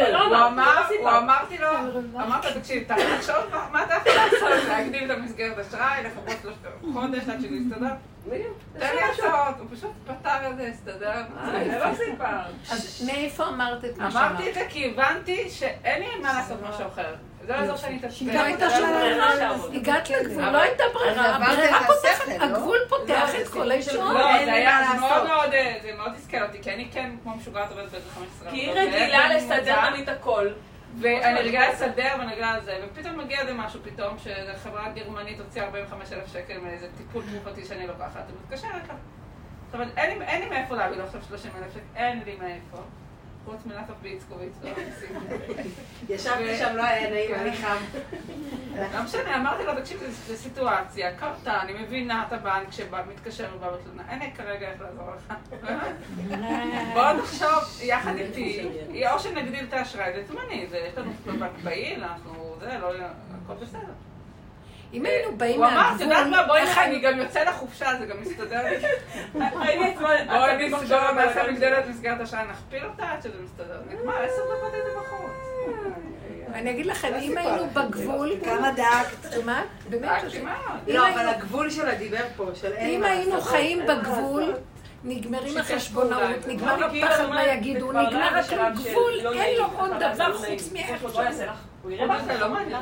הוא אמרתי לו, תקשיב, תחשוב מה אתה יכול לעשות, להגדיל את המסגרת אשראי, לחכות חודש עד שזה יסתדר. תן לי הצעות, הוא פשוט פתר את זה, הסתדר, זה לא סיפר. אז מאיפה אמרת את מה שאמרת? אמרתי את זה כי הבנתי שאין לי מה לעשות משהו אחר. זה לא יעזור שאני תשתף. לא הייתה שום ברירה, הגעת לגבול, לא הייתה ברירה, הברירה פותחת, הגבול פותח את כל הישועות. לא, זה היה מאוד הסכל אותי, כי אני כן כמו משוגעת עובדת באיזה 15. כי היא רגילה לסדר תמיד הכל, ואני רגילה לסדר ואני רגילה לזה, ופתאום מגיע איזה משהו פתאום, שחברה גרמנית הוציאה 45,000 שקל מאיזה טיפול תרופתי שאני לוקחת, ומתקשרת לה. עכשיו, אין לי מאיפה להביא לו עכשיו 30,000 שקל, אין לי מאיפה. חוץ מלאסוף באיצקוביץ, לא ניסים. ישבתי שם, לא היה נעים, אני חם. לא משנה, אמרתי לו, תקשיב, זו סיטואציה, קרתה, אני מבינה את הבנק שמתקשר ובא בתלונה, אין לי כרגע איך לעזור לך. בואו נחשוב יחד איתי, או שנגדיל את האשראי, זה זמני, יש לנו בנק פעיל, אנחנו, זה, לא, הכל בסדר. אם היינו באים הוא אמר, מהגבול... תדעת מה, בואי נראה, אני גם יוצא לחופשה, זה גם מסתדר לי. בואי נסגור, נעשה מגדלת מסגרת השעה, נכפיל אותה עד שזה מסתדר. נגמר, 10 דקות הייתי בחוץ. אני אגיד לכם, אם היינו בגבול... כמה דאגת? שומעת? באמת דאגתי לא, אבל הגבול שלה דיבר פה, של אין אם מה היינו לעשות. חיים בגבול, נגמרים החשבונאות, נגמר הפחד מה יגידו, נגמר הכל גבול, אין לו עוד דבר חוץ מאיך שהוא. הוא יראה מה זה לא מעניין.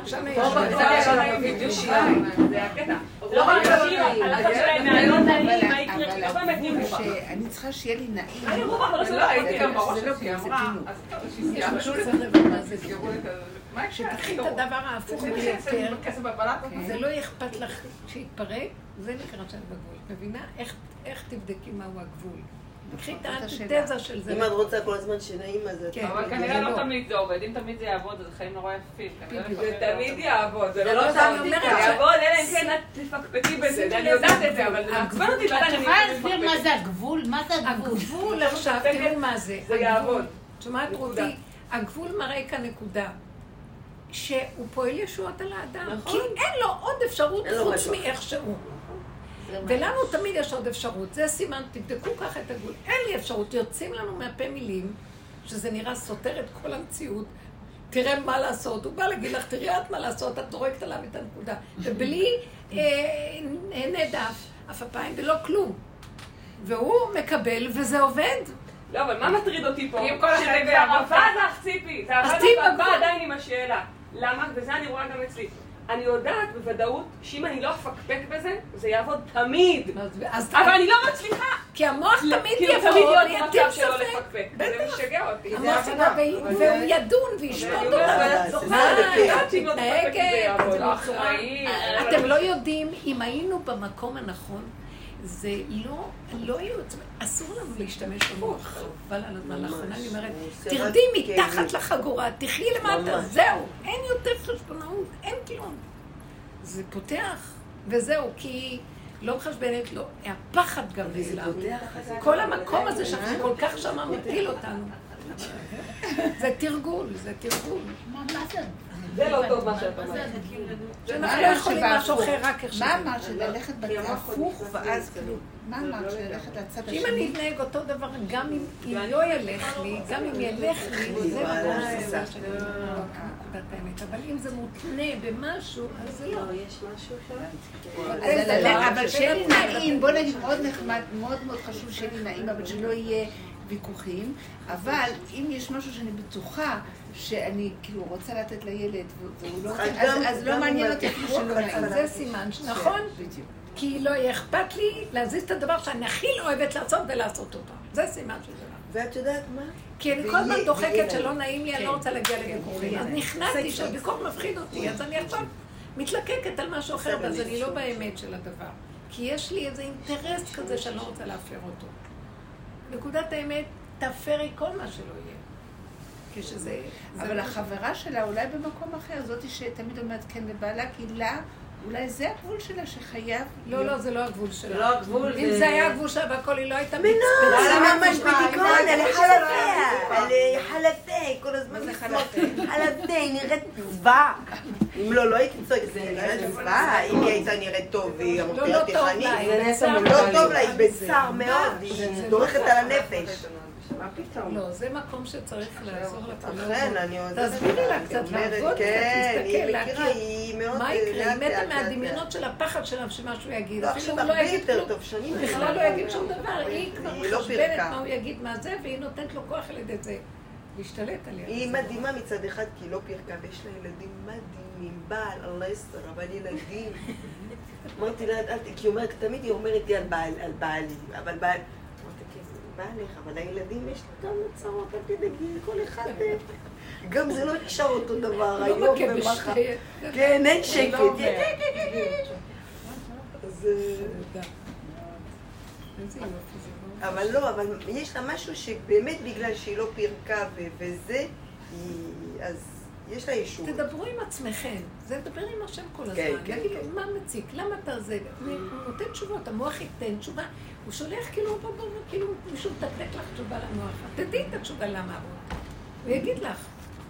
זה הקטע. לא רק אני צריכה שיהיה לי נעים. אני רואה, אבל לא הייתי גם בראש שלי, אמרה. שתקחי את הדבר ההפוך ביותר, זה לא אכפת לך שיתפרק, זה נקרא שאת בגבול. מבינה? איך תבדקי מהו הגבול? תקחי את האנטיתזה של זה. אם את רוצה כל הזמן שנעים, אז את... אבל כנראה לא תמיד זה עובד, אם תמיד זה יעבוד, אז חיים נורא יפים. זה תמיד יעבוד, זה לא תמיד יעבוד, אלא אם כן את תפקפקי בזה, אני יודעת את זה, אבל זה מעצבן אותי. את יכולה להסביר מה זה הגבול? מה זה הגבול? הגבול עכשיו, תראו מה זה. זה יעבוד. שומעת רותי, הגבול מראה כאן נקודה. שהוא פועל ישועות על האדם, כי אין לו עוד אפשרות חוץ מאיך שהוא. ולנו תמיד יש עוד אפשרות, זה סימן, תבדקו ככה את הגבול. אין לי אפשרות, יוצאים לנו מהפה מילים, שזה נראה סותר את כל המציאות, תראה מה לעשות, הוא בא להגיד לך, תראי את מה לעשות, את זורקת עליו את הנקודה, ובלי נדף, אף הפעם, ולא כלום. והוא מקבל, וזה עובד. לא, אבל מה מטריד אותי פה? אם כל אחד זה עבד לך, ציפי, זה עבד עדיין עם השאלה. למה? וזה אני רואה גם אצלי. אני יודעת בוודאות שאם אני לא אפקפק בזה, זה יעבוד תמיד. אבל אני לא מצליחה. כי המוח תמיד כאילו יבוא תמיד להיות ויטיל במצב שלא ספק. לפקפק. זה משגע אותי. המוח יבוא והוא ידון וישפוט אותנו. מה? אתם לא יודעים, אם היינו במקום הנכון, זה לא היו, אסור לנו להשתמש במוח. אבל על הזמן לאחרונה אני אומרת, תרדי מתחת לחגורה, תחי למטה, זהו, אין יותר חשבונאות, אין כלום. זה פותח, וזהו, כי לא מחשבנת לו, הפחד גם נעלם. כל המקום הזה שאנחנו כל כך שמה מפיל אותנו. זה תרגול, זה תרגול. מה זה? זה לא טוב מה שאת אומרת. שאנחנו לא יכולים משהו אחר רק איך שזה. מה אמרת שללכת בהפוך ואז כלום? מה אמרת שללכת לצד השני? אם אני אתנהג אותו דבר, גם אם לא ילך לי, גם אם ילך לי, זה מה שאני נקודת האמת. אבל אם זה מותנה במשהו, אז זה לא. יש משהו אבל שיהיה לי נעים, בוא נגיד מאוד נחמד, מאוד מאוד חשוב שיהיה לי נעים, אבל שלא יהיה ויכוחים, אבל אם יש משהו שאני בטוחה שאני כאילו רוצה לתת לילד והוא לא רוצה, אז לא מעניין אותי כאילו שלא נעים. זה סימן, נכון? כי לא יהיה אכפת לי להזיז את הדבר שאני הכי לא אוהבת לעשות ולעשות אותו. זה סימן של דבר. ואת יודעת מה? כי אני כל הזמן דוחקת שלא נעים לי, אני לא רוצה להגיע לוויכוחים. אז נכנעתי שהוויכוח מפחיד אותי, אז אני עכשיו מתלקקת על משהו אחר, אז אני לא באמת של הדבר. כי יש לי איזה אינטרס כזה שאני לא רוצה להפר אותו. נקודת האמת, תפרי כל מה שלא יהיה. כשזה... אבל החברה שלה אולי במקום אחר, זאתי שתמיד אומרת כן לבעלה, כי לה, אולי זה הגבול שלה שחייב... לא, זה לא הגבול שלה. לא הגבול, אם זה היה הגבול שלה והכל, היא לא הייתה זה ממש בדיכאון, על חלפי, כל הזמן חלפי, נראית צבא. אם לא הייתי צועק, זה נראית צבא, אם היא הייתה נראית טוב, והיא אמרתי לה תיכנית, לא טוב לה, היא בצער מאוד, היא דורכת על הנפש. מה פתאום? לא, זה מקום שצריך לעזור לה. אכן, אני עוזרת. תסבירי לה קצת לעבוד, כן, תסתכל, היא מכירה, היא מאוד... מה יקרה? היא מתה מהדמיונות של הפחד שלה שמשהו יגיד. לא, אפילו עכשיו הוא לא הרבה יגיד יותר כלום. טוב, שנים. הוא בכלל לא יגיד שום דבר. היא כבר היא לא מחשבנת פירקה. מה הוא יגיד, מה זה, והיא נותנת לו כוח על ידי זה. להשתלט עליה. היא מדהימה מצד אחד, כי היא לא פירקה, ויש לה ילדים מדהימים, בעל, אללה יסתר, אבל ילדים. אמרתי לה, כי היא אומרת, תמיד היא אומרת לי על בעלי, אבל בעל... בעלך, אבל הילדים יש לי גם צרות על כדי גיל, כל אחד... גם זה לא נשאר אותו דבר, היום ומחר. כן, אין שקט. אז... אבל לא, אבל יש לה משהו שבאמת בגלל שהיא לא פירקה וזה, אז יש לה ישור. תדברו עם עצמכם, זה לדבר עם השם כל הזמן. להגיד לו, מה מציק? למה אתה זה? הוא נותן תשובות, המוח ייתן תשובה. הוא שולח כאילו מישהו מתקתק לך תשובה למוח. תדעי את התשובה למה הוא יגיד לך.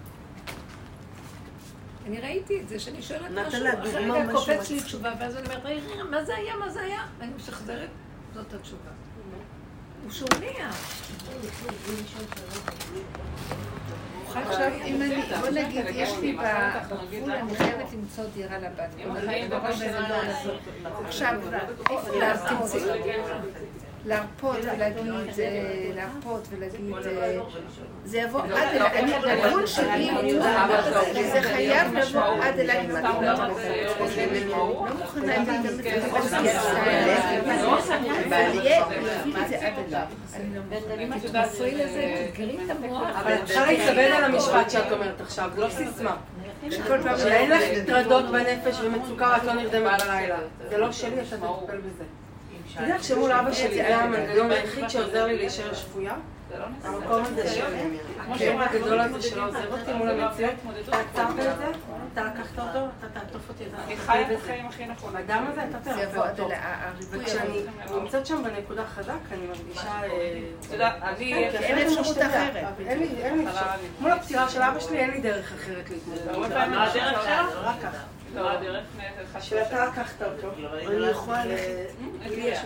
אני ראיתי את זה, שאני שואלת משהו, אחרי רגע קופץ לי תשובה, ואז אני אומרת, רגע, מה זה היה, מה זה היה? ואני משחזרת, זאת התשובה. הוא שומע. עכשיו, אם אני, בוא נגיד, יש לי בגבול, אני חייבת למצוא דירה לבת. עכשיו, להרפות ולהגיד, זה יבוא עד אליי, אני בגבול שלי, זה חייב לבוא עד אליי עם התגובות. לא מוכנה להגיד גם את זה, אם את תפריעי לזה, תגרי את המוח. אבל אפשר להתכוון על המשפט שאת אומרת עכשיו, זה לא סיסמה. שאין לך טרדות בנפש ומצוקה ואת לא נרדמת בלילה. זה לא שלי, אתה תטפל בזה. אתה יודע, שמול אבא שלי זה המנגנון היחיד שעוזר לי להישאר שפויה? המקום הזה שלי. הכאב הגדול הזה שלא עוזר אותי מול המציאות. אתה עצרת את זה, אתה לקחת אותו, אתה תעטוף אותי. אני חיה את החיים הכי נכון. האדם הזה, אתה תרצה אותו. וכשאני נמצאת שם בנקודה חזק, אני מרגישה... אתה יודע, אין אפשרות אחרת. אין לי אפשרות. מול הפצירה של אבא שלי אין לי דרך אחרת להתמודד. מה הדרך שלך? רק כך. לא, הדרך שאתה לקחת אותו. אני יכולה ללכת.